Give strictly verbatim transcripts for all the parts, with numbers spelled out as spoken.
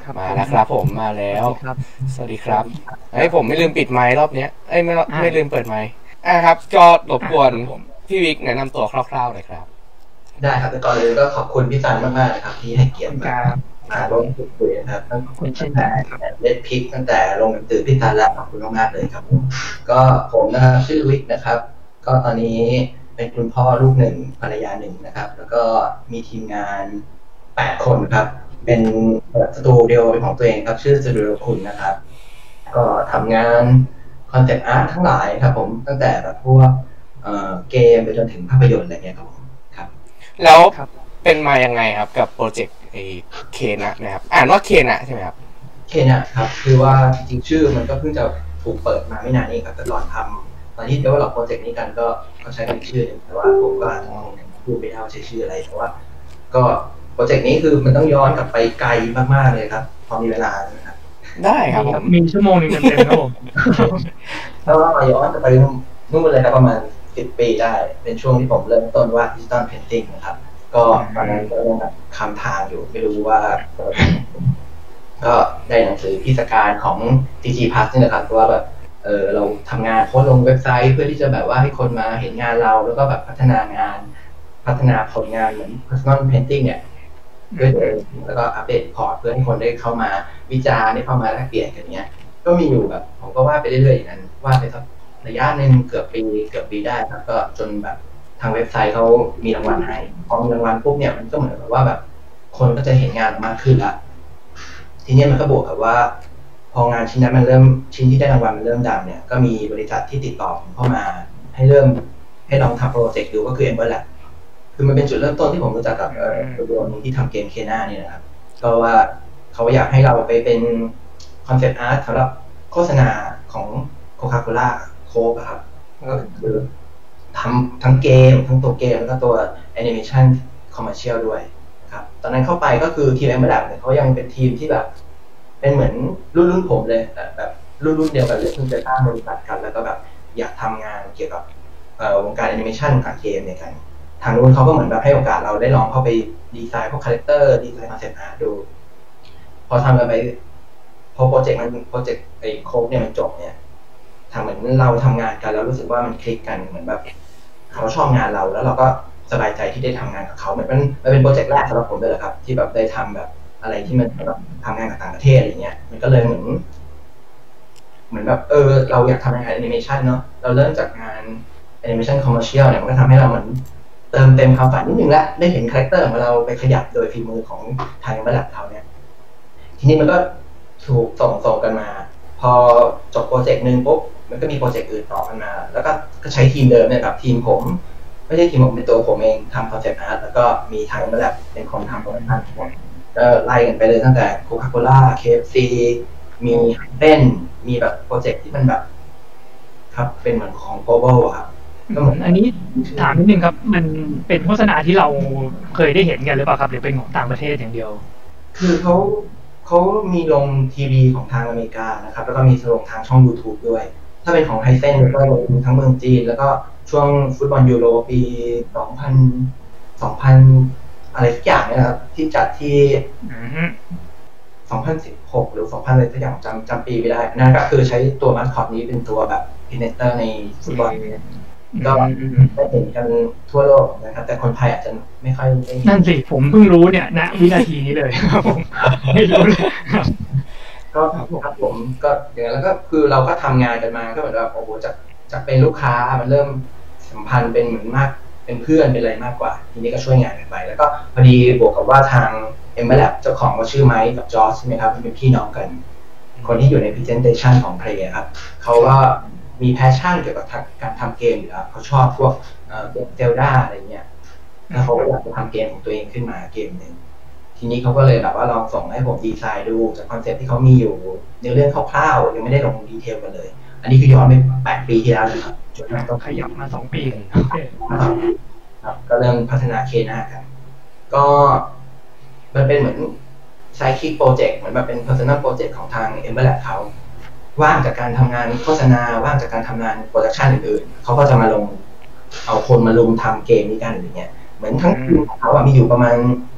มาแล้วครับผมมาแล้วสวัสดีครับเฮ้ยผมไม่ลืมปิดไมค์รอบเนี้ยเอ้ยไม่ไม่ลืมเปิดไมค์อ่ะครับก็รบกวนพี่วิกแนะนำตัวคร่าวๆหน่อยครับได้ครับแต่ก่อนเลยก็ขอบคุณพี่ซันมากๆนะครับที่ให้เกียรติมามาร่วมพูดคุยนะครับตั้งแต่เล่นพิกตั้งแต่ลงหนังสือพี่ซันแล้วขอบคุณมากๆเลยครับผมก็ผมนะครับชื่อวิกนะครับก็ตอนนี้เป็นคุณพ่อลูกหนึ่งภรรยาหนึ่งนะครับแล้วก็มีทีมงานแปดคนครับเป็นสตูดิโอเป็นของตัวเองครับชื่อสตูดิโอคุณนะครับก็ทำงานคอนเซ็ปต์อาร์ตทั้งหลายครับผมตั้งแต่แบบพวกเกมไปจนถึงภาพยนตร์อะไรเงี้ยครับผมครับแล้วเป็นมายังไงครับกับโปรเจกต์ไอ้เคนนะนะครับอ่านว่าเคนนะใช่ไหมครับเคนนะครับคือว่าจริงๆชื่อมันก็เพิ่งจะถูกเปิดมาไม่นานนี้ครับแต่ตอนทำตอนที่เดี๋ยวเราโปรเจกต์นี้กันก็ก็ใช้เป็นชื่อแต่ว่าผมก็พูดไม่ได้ว่าใช้ชื่ออะไรแต่ว่าก็โปรเจกต์นี้คือมันต้องย้อนกลับไปไกลมากๆเลยครับพอมีเวลานะครับได้ครับผมมีชั่วโมงนึงเต็มๆครับผมถ้าว่ามาย้อนกลับไปนู่นเลยครับประมาณสิบปีได้เป็นช่วงที่ผมเริ่มต้นวาดดิจิตอลเพนติ้งนะครับก็ตอนนั้นก็ยังแบบคำทางอยู่ไม่รู้ว่าก็ได้หนังสือพิสการของ ดี จี Plus นี่แหละครับว่าแบบเออเราทำงานโพสลงเว็บไซต์เพื่อที่จะแบบว่าให้คนมาเห็นงานเราแล้วก็แบบพัฒนางานพัฒนาผลงานเหมือน personal painting เนี่ยด้วยตัวเองแล้วก็อัปเดตพอร์ตเพื่อให้คนได้เข้ามาวิจารณ์ได้เข้ามาแลกเปลี่ยนกันเนี้ยก็มีอยู่แบบผมก็วาดไปเรื่อยๆอย่างนั้นวาดไปสักระยะหนึ่งเกือบปีเกือบปีได้ครับก็จนแบบทางเว็บไซต์เขามีรางวัลให้พอมีรางวัลปุ๊บเนี่ยมันก็เหมือนกับว่าแบบคนก็จะเห็นงานมากขึ้นละทีนี้มันก็บวกกับว่าพองานชิ้นนั้นมันเริ่มชิ้นที่ได้รางวัลมันเริ่มดังเนี่ยก็มีบริษัทที่ติดต่อผมเข้ามาให้เริ่มให้ลองทำโปรเจกต์ดูก็คือ Ember Lab คือมันเป็นจุดเริ่มต้นที่ผมรู้จักกับตัวดวงนี้ที่ทำเกมเคน่านี่นะครับก็ว่าเขาอยากให้เราไปเป็นคอนเซ็ปต์อาร์ตสำหรับโฆษณาของโคคาโคล่าโค้กครับก็คือทำทั้งเกมทั้งตัวเกมแล้วก็ตัวแอนิเมชันคอมเมอร์เชียลด้วยครับตอนนั้นเข้าไปก็คือทีม Ember Lab เนี่ยเขายังเป็นทีมที่แบบเป็นเหมือนรุ่นรุ่นผมเลยแต่แบบรุ่นรุ่นเดียวกันเลยเพิ่งจะตั้งบริษัทกันแล้วก็แบบอยากทำงานเกี่ยวกับวงการแอนิเมชันวงการเกมในกันทางนู้นเขาก็เหมือนแบบให้โอกาสเราได้ลองเข้าไปดีไซน์พวกคาแรคเตอร์ดีไซน์คอนเซ็ปต์อาร์ตดูพอทำกันไปพอโปรเจกต์มันโปรเจกต์ไอ้โค้ดเนี่ยมันจบเนี่ยทางเหมือนเราทำงานกันแล้วรู้สึกว่ามันคลิกกันเหมือนแบบเขาชอบงานเราแล้วเราก็สบายใจที่ได้ทำงานกับเขาเหมือนมันมันเป็นโปรเจกต์แรกสำหรับผมเลยแหละครับที่แบบได้ทำแบบอะไรที่มันแบบทำงานกับต่างประเทศอะไรเงี้ยมันก็เลยเหมือนเหมือนแบบเออเราอยากทำงานแอนิเมชันเนาะเราเริ่มจากงานแอนิเมชันคอมเมอร์เชียลเนี่ยมันก็ทำให้เราเหมือนเติมเต็มความฝันนิดนึงละได้เห็นคาแรคเตอร์ของเราไปขยับโดยฝีมือของทางระดับเขาเนี่ยทีนี้มันก็ถูกส่งส่งกันมาพอจบโปรเจกต์นึงปุ๊บมันก็มีโปรเจกต์อื่นต่อกันมาแล้วก็ก็ใช้ทีมเดิมเนี่ยครับทีมผมไม่ใช่ทีมผมเป็นตัวผมเองทำคอนเซ็ปต์อาร์ตแล้วก็มีทางระดับเป็นคนทำโปรดักชั่นทั้งหมดก็ไล่กันไปเลยตั้งแต่โคคาโคล่า เค เอฟ ซี มีเต้นมีแบบโปรเจกต์ที่มันแบบครับเป็นเหมือนของ global อ่ะครับอันนี้ถามนิดนึงครับมันเป็นโฆษณาที่เราเคยได้เห็นกันหรือเปล่าครับหรือเป็นของต่างประเทศอย่างเดียวคือเขาเขามีลงทีวีของทางอเมริกานะครับแล้วก็มีลงทางช่อง YouTube ด้วยถ้าเป็นของไทเซนก็ลงทั้งเมืองจีนแล้วก็ช่วงฟุตบอลยูโรปีสองพัน สองพันอะไรสักอย่างนะครับที่จัดที่สองพันสิบหกหรือสองพันอะไรสักอย่างจำจำปีไม่ได้นั่นก็คือใช้ตัวมัสคอตนี้เป็นตัวแบบพิเนเตอร์ในฟุตบอลก็ได้เห็นกันทั่วโลกนะครับแต่คนไทยอาจจะไม่ค่อยได้นั่นสิผมเพิ่งรู้เนี่ยณวินาทีนี้เลยครับผมไม่รู้เลยก็ครับผมก็อย่างนั้นแล้วก็คือเราก็ทำงานกันมาก็เหมือนว่าโอ้โหจากจากเป็นลูกค้ามันเริ่มสัมพันธ์เป็นเหมือนมากเป็นเพื่อนเป็นอะไรมากกว่าทีนี้ก็ช่วยงานกันไปแล้วก็พอดีบวกกับว่าทาง Ember Lab เจ้าของก็ชื่อไมค์กับจอร์จใช่ไหมครับเป็นพี่น้องกันคนที่อยู่ใน presentation ของ Play ครับเขาก็มีแพชชั่นเกี่ยวกับการทำเกมอยู่แล้วเขาชอบพวกเซลดาอะไรเงี้ยแล้วเขาก็อยากจะทำเกมของตัวเองขึ้นมาเกมหนึ่งทีนี้เขาก็เลยแบบว่าลองส่งให้ผมดีไซน์ดูจากคอนเซ็ปต์ที่เขามีอยู่ในเรื่องคร่าวๆยังไม่ได้ลงดีเทลกันเลยอันนี้คือย้อนไปแปดปีที่แล้วนะครับจนต้องขยับมาสองปีครับก็เริ่มพัฒนาเคน่ากันก็มันเป็นเหมือนไซคิกโปรเจกต์เหมือนแบบเป็น personal project ของทาง Ember Lab เขาว่างจากการทำงานโฆษณาว่างจากการทำงานโปรดักชันอื่นๆเขาก็จะมาลงเอาคนมาลงทำเกมนี้กันอย่างเงี้ยเหมือนทั้งทีมของเขาอะมีอยู่ประมาณ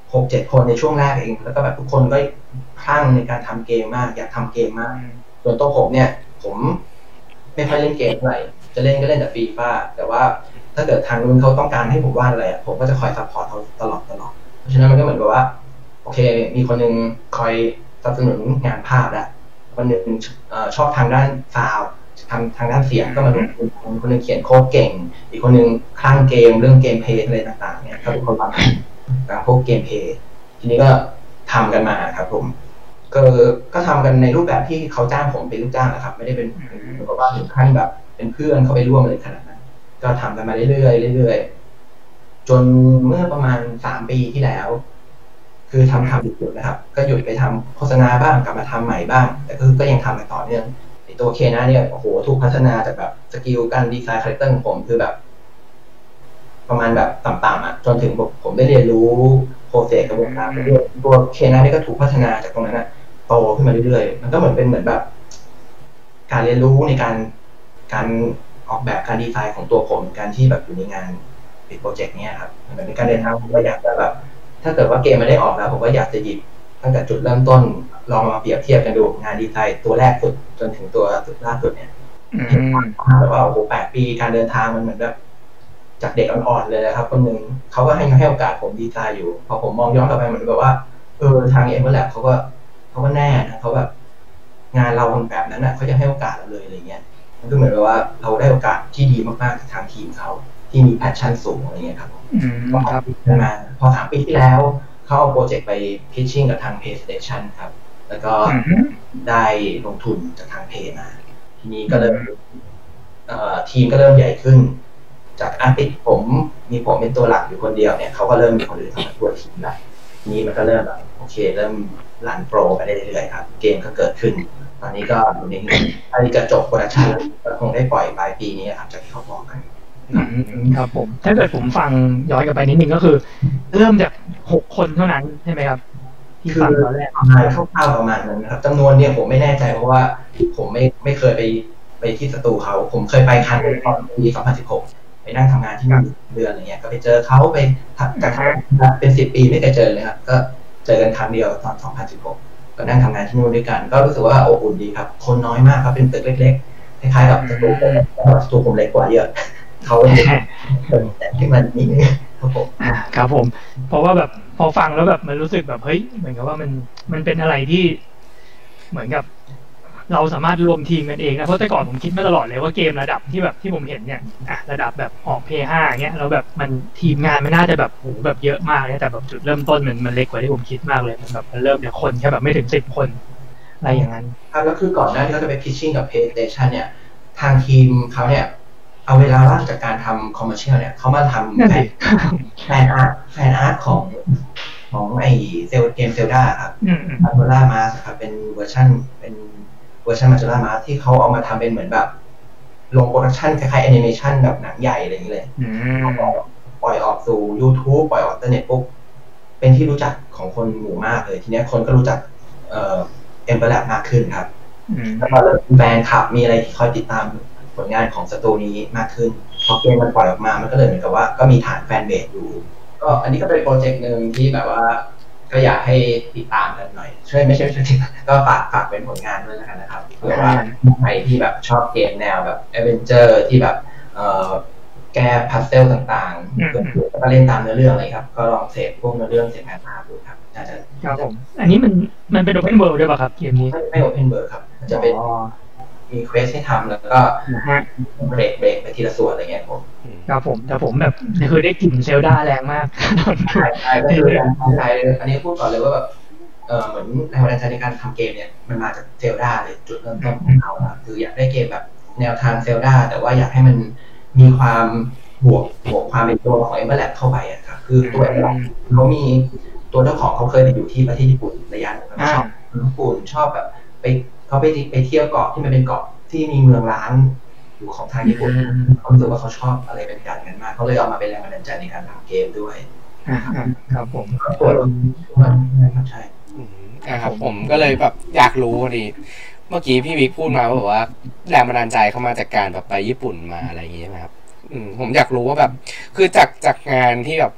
หกเจ็ดคนในช่วงแรกเองแล้วก็แบบทุกคนก็คลั่งในการทำเกมมากอยากทำเกมมากส่วนตัวผมเนี่ยผมไม่ค่อยเล่นเกมเท่าไหร่จะเล่นก็เล่นแต่ฟีฟ่าแต่ว่าถ้าเกิดทางนู้นเขาต้องการให้ผมวาดอะไรผมก็จะคอยซัพพอร์ตเขาตลอดตลอดเพราะฉะนั้นมันก็เหมือนกับว่าโอเคมีคนนึงคอยสนับสนุนงานภาพแล้วคนหนึ่งชอบทางด้านซาวด์ทำทางด้านเสียงก็มาลงทุนคนหนึ่งเขียนโค้ดเก่งอีกคนหนึ่งคลั่งเกมเรื่องเกมเพลย์อะไรต่างๆเนี่ยก็เป็นคนทำการพวกเกมเพลย์ทีนี้ก็ทำกันมาครับผมก็ก็ทำกันในรูปแบบที่เขาจ้างผมเป็นลูกจ้างนะครับไม่ได้เป็นเหมือนกับว่าถึงขั้นแบบเป็นเพื่อนเข้าไปร่วมเลยขนาดนั้นก็ทำกันมาเรื่อยๆเรื่อยๆจนเมื่อประมาณสามปีที่แล้วคือทำทำหยุดนะครับก็หยุดไปทำโฆษณาบ้างกลับมาทำใหม่บ้างแต่ก็ก็ยังทำกันต่อเนื่องไอตัวเคนะเนี่ยโอ้โหถูกพัฒนาจากแบบสกิลการดีไซน์คาแรคเตอร์ของผมคือแบบประมาณแบบต่ำๆอ่ะจนถึงผมได้เรียนรู้โปรเซสกระบวนการไปเรื่อยตัวเคนะนี่ก็ถูกพัฒนาจากตรงนั้นนะโตขึ้นมาเรื่อยๆมันก็เหมือนเป็นเหมือนแบบการเรียนรู้ในการการออกแบบการดีไซน์ของตัวผมการที่แบบอยู่ในงานปิดโปรเจกต์เนี้ยครับเหมือนเป็นการเดินทางผมก็อยากจะแบบถ้าเกิดว่าเกมไม่ได้ออกแล้วผมก็อยากจะหยิบตั้งแต่จุดเริ่มต้นลองมาเปรียบเทียบกันดูงานดีไซน์ตัวแรกสุดจนถึงตัวสุดล่าสุดเนี่ยแบบว่าโอ้โหแปดปีการเดินทางมันเหมือนแบบจากเด็กอ่อนๆเลยนะครับคนหนึ่งเขาก็ให้ให้โอกาสผมดีไซน์อยู่พอผมมองย้อนกลับไปเหมือนแบบว่าเออทางเอ็มเบอร์แลบเขาก็เขาก็แน่นะเขาแบบงานเราแบบนั้นอ่ะเขาจะให้โอกาสเราเลยอะไรเงี้ยมันก็เหมือนแบบว่าเราได้โอกาสที่ดีมากๆจากทางทีมเขาที่มีแพชชั่นสูงอะไรเงี้ยครับก็ครับมาพอสามปีที่แล้วเข้าเอาโปรเจกต์ไปพิชชิ่งกับทาง PlayStation ครับแล้วก็ได้ลงทุนจากทางเพย์มาทีนี้ก็เริ่มทีมก็เริ่มใหญ่ขึ้นจากอาร์ติสต์ผมมีผมเป็นตัวหลักอยู่คนเดียวเนี่ยเขาก็เริ่มมีคนอื่นเข้ามาช่วยทีมได้ทีนี้มันก็เริ่มแบบโอเคเริ่มรันโปรไปได้เรื่อยๆครับเกมก็เกิดขึ้นตอนนี้ก็อยู่ในอันนี้จะจบโปรดักชั่นก็คงได้ปล่อยปลายปีนี้ครับจากที่เขาบอกกันครับผมถ้าเกิดผมฟังย้อนกลับไปนิดนึงก็คือเริ่มจากหกคนเท่านั้นใช่ไหมครับที่ฟังตอนแรกคร่าวๆประมาณนั้นนะครับจำนวนเนี่ยผมไม่แน่ใจเพราะว่าผมไม่ไม่เคยไปไปที่สตูเขาผมเคยไปครั้งหนึ่งตอนปีสองพันสิบหกไปนั่งทำงานที่นู่นเดือนอะไรเงี้ยก็ไปเจอเขาไปจากเป็นสิบปีไม่เคยเจอเลยครับก็เจอกันครั้งเดียวตอนสองพันสิบหกก็นั่งทำงานที่นู่นด้วยกันก็รู้สึกว่าอบอุ่นดีครับคนน้อยมากครับเป็นตึกเล็กๆคล้ายๆกับสตูผมสตูผมเล็กกว่าเยอะเขาแต่ที่มันนี่ครับผมครับผมเพราะว่าแบบพอฟังแล้วแบบมันรู้สึกแบบเฮ้ยเหมือนกับว่ามันมันเป็นอะไรที่เหมือนกับเราสามารถรวมทีมกันเองนะเพราะแต่ก่อนผมคิดมาตลอดเลยว่าเกมระดับที่แบบที่ผมเห็นเนี่ยอ่ะระดับแบบออก พี ห้า เงี้ยแล้วแบบมันทีมงานมันน่าจะแบบโหแบบเยอะมากเลยแต่แบบจุดเริ่มต้นมันมันเล็กกว่าที่ผมคิดมากเลยมันแบบมันเริ่มจากคนแค่แบบไม่ถึงสิบคนอะไรอย่างนั้นครับแล้วคือก่อนหน้าที่เขาจะไปพิชชิ่งกับ PlayStation เนี่ยทางทีมเขาเนี่ยเอาเวลาว่างจากการทำคอมเมอร์เชียลเนี่ยเขามาทำแฟนแฟนอาร์ตแฟนอาร์ตของของไอเซลเกมเซลดาครับมาจูล่ามาสครับเป็นเวอร์ชันเป็นเวอร์ชันมาจูล่ามาสที่เขาเอามาทำเป็นเหมือนแบบลงโปรดักชันคล้ายๆแอนิเมชันแบบหนังใหญ่อะไรอย่างเงี้ยเลยปล่อยออกสู่ YouTube ปล่อยออกอินเทอร์เน็ตปุ๊บเป็นที่รู้จักของคนหมู่มากเลยทีนี้คนก็รู้จักเอ่อเอ็มเบอร์แลบมากขึ้นครับแล้วก็แฟนคลับมีอะไรที่คอยติดตามผลงานของสตูนี้มากขึ้นพอเกมมันปล่อยออกมามันก็เลยเหมือนกับว่าก็มีฐานแฟนเบสอยู่ก็อันนี้ก็เป็นโปรเจกต์หนึ่งที่แบบว่าก็อยากให้ติดตามกันหน่อยช่วยไม่ใช่ช่วยก็ฝากฝากเป็นผลงานด้วยแล้วกันนะครับเผื่อว่าใครที่แบบชอบเกมแนวแบบแอดเวนเจอร์ที่แบบเอ่อแก้พัซเซิลต่างๆก็เล่นตามเนื้อเรื่องอะไรครับก็ลองเสพพวกเนื้อเรื่องเสพแผนภาพดูครับน่าจะครับผมอันนี้มันมันเป็น Open World ด้วยป่ะครับเกมนี้ไม่ Open World ครับมันจะเป็นมีเควสให้ทำแล้วก็เบรกเบรกไปทีละส่วนอะไรเงี้ยผมครับผมแต่ผมแบบคือได้กลิ่นเซลดาแรงมากใช่ใช่ก็คือใช่อันนี้พูดก่อนเลยว่าแบบเออเหมือนแรงบันดาลใจในการทำเกมเนี่ยมันมาจากเซลดาเลยจุดเริ่มต้นของเขาครับคืออยากได้เกมแบบแนวทางเซลดาแต่ว่าอยากให้มันมีความบวกบวกความเป็นตัวของ Ember Lab เข้าไปอ่ะครับคือตัว Ember Lab เขามีตัวเจ้าของเขาเคยไปอยู่ที่ประเทศญี่ปุ่นระยะหนึ่งชอบญี่ปุ่นชอบแบบไปเขาไปไปเที่ยวเกาะที่มันเป็นเกาะที่มีเมืองร้างอยู่ของทางญี่ปุ่นเขารู้สึกว่าเขาชอบอะไรเป็นการกันมากเขาเลยเอามาเป็นแรงบันดาลใจในการทำเกมด้วยครับผมตัวใช่ครับผมก็เลยแบบอยากรู้พอดีเมื่อกี้พี่วิกพูดมาว่าแบบว่าแรงบันดาลใจเข้ามาจากการแบบไปญี่ปุ่นมาอะไรอย่างเงี้ยใช่ไหมครับอืมผมอยากรู้ว่าแบบคือจากจากงานที่แบบ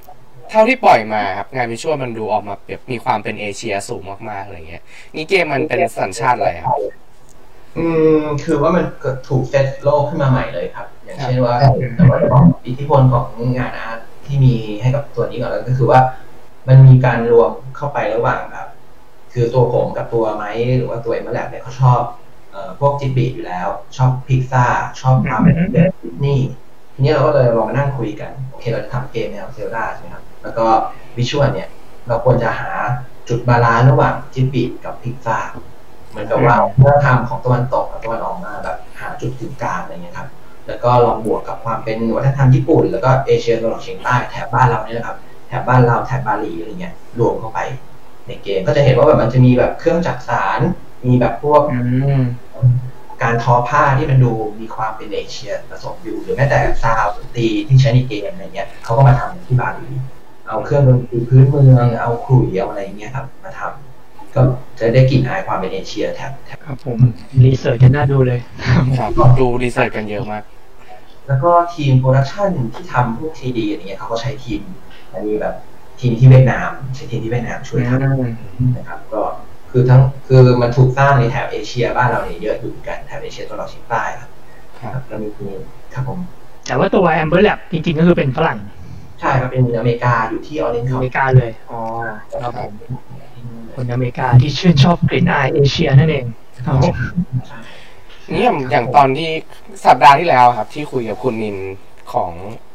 เท่าที่ปล่อยมาครับงานวิชวลมันดูออกมาแบบมีความเป็นเอเชียสูงมากๆอะไรเงี้ยนี่เกมมันเป็นสัญชาติอะไรครับอืมคือว่ามันถูกเซตโลกขึ้นมาใหม่เลยครับอย่างเช่นว่าแต่ว่าจะบอกอิทธิพลของงานอาร์ตที่มีให้กับตัวนี้ก่อนแล้วก็คือว่ามันมีการรวมเข้าไประหว่างแบบคือตัวผมกับตัวไม้หรือว่าตัวเอ็มแลบเนี่ยเขาชอบเอ่อพวกจิบบิอยู่แล้วชอบพิกซ่าชอบความเป็นดิสนีย์ทีนี้เราก็เลยลองมานั่งคุยกันโอเคเราจะทำเกมแนวเซลดาใช่ไหมครับแล้วก็วิชวลเนี่ยเราควรจะหาจุดบาลานซ์ระหว่างจิบบิกับพิกซ่าเหมือนกับว่าวัฒนธรรมของตะวันตกกับตะวันออกมาแบบหาจุดกึ่งกลางอะไรเงี้ยครับแล้วก็ลองบวกกับความเป็นวัฒนธรรมญี่ปุ่นแล้วก็เอเชียตะวันออกเฉียงใต้แถบบ้านเราเนี่ยนะครับแถบบ้านเราแถบบาหลีอะไรเงี้ยรวมเข้าไปในเกมก็จะเห็นว่าแบบมันจะมีแบบเครื่องจักสานมีแบบพวกการทอผ้าที่มันดูมีความเป็นเอเชียผสมอยู่หรือแม้แต่ซาวด์ดนตรีที่ใช้ในเกมอะไรเงี้ยเขาก็มาทำที่บาหลีเอาเครื่องดนตรีพื้นเมืองเอาขลุ่ยเอาอะไรเงี้ยครับมาทำก็จะได้กลิ่นอายความเป็นเอเชียแถบครับผมรีเสิร์ชกันน่าดูเลยครับดูรีเสิร์ชกันเยอะมากแล้วก็ทีมโปรดักชันที่ทำพวก ที ดี อะไรเงี้ยเขาก็ใช้ทีมอันนี้แบบทีมที่เวียดนามใช้ทีมที่เวียดนามช่วยทำนะครับก็คือทั้งคือมันถูกสร้างในแถบเอเชียบ้านเราเนี่ยเยอะอยู่กันแถบเอเชียตะวันออกเฉียงใต้ครับครับแล้วมีทีมครับผมแต่ว่าตัว Amber Lab จริงๆก็คือเป็นฝรั่งใช่ครับเป็นอเมริกาอยู่ที่ออเรนจ์อเมริกาเลยอ๋อครับผมคนอเมริกาที่ชื่นชอบกลิ่นอายเอเชียนั่นเองครับนี่อย่างอย่างตอนที่สัปดาห์ที่แล้วครับที่คุยกับคุณนินของ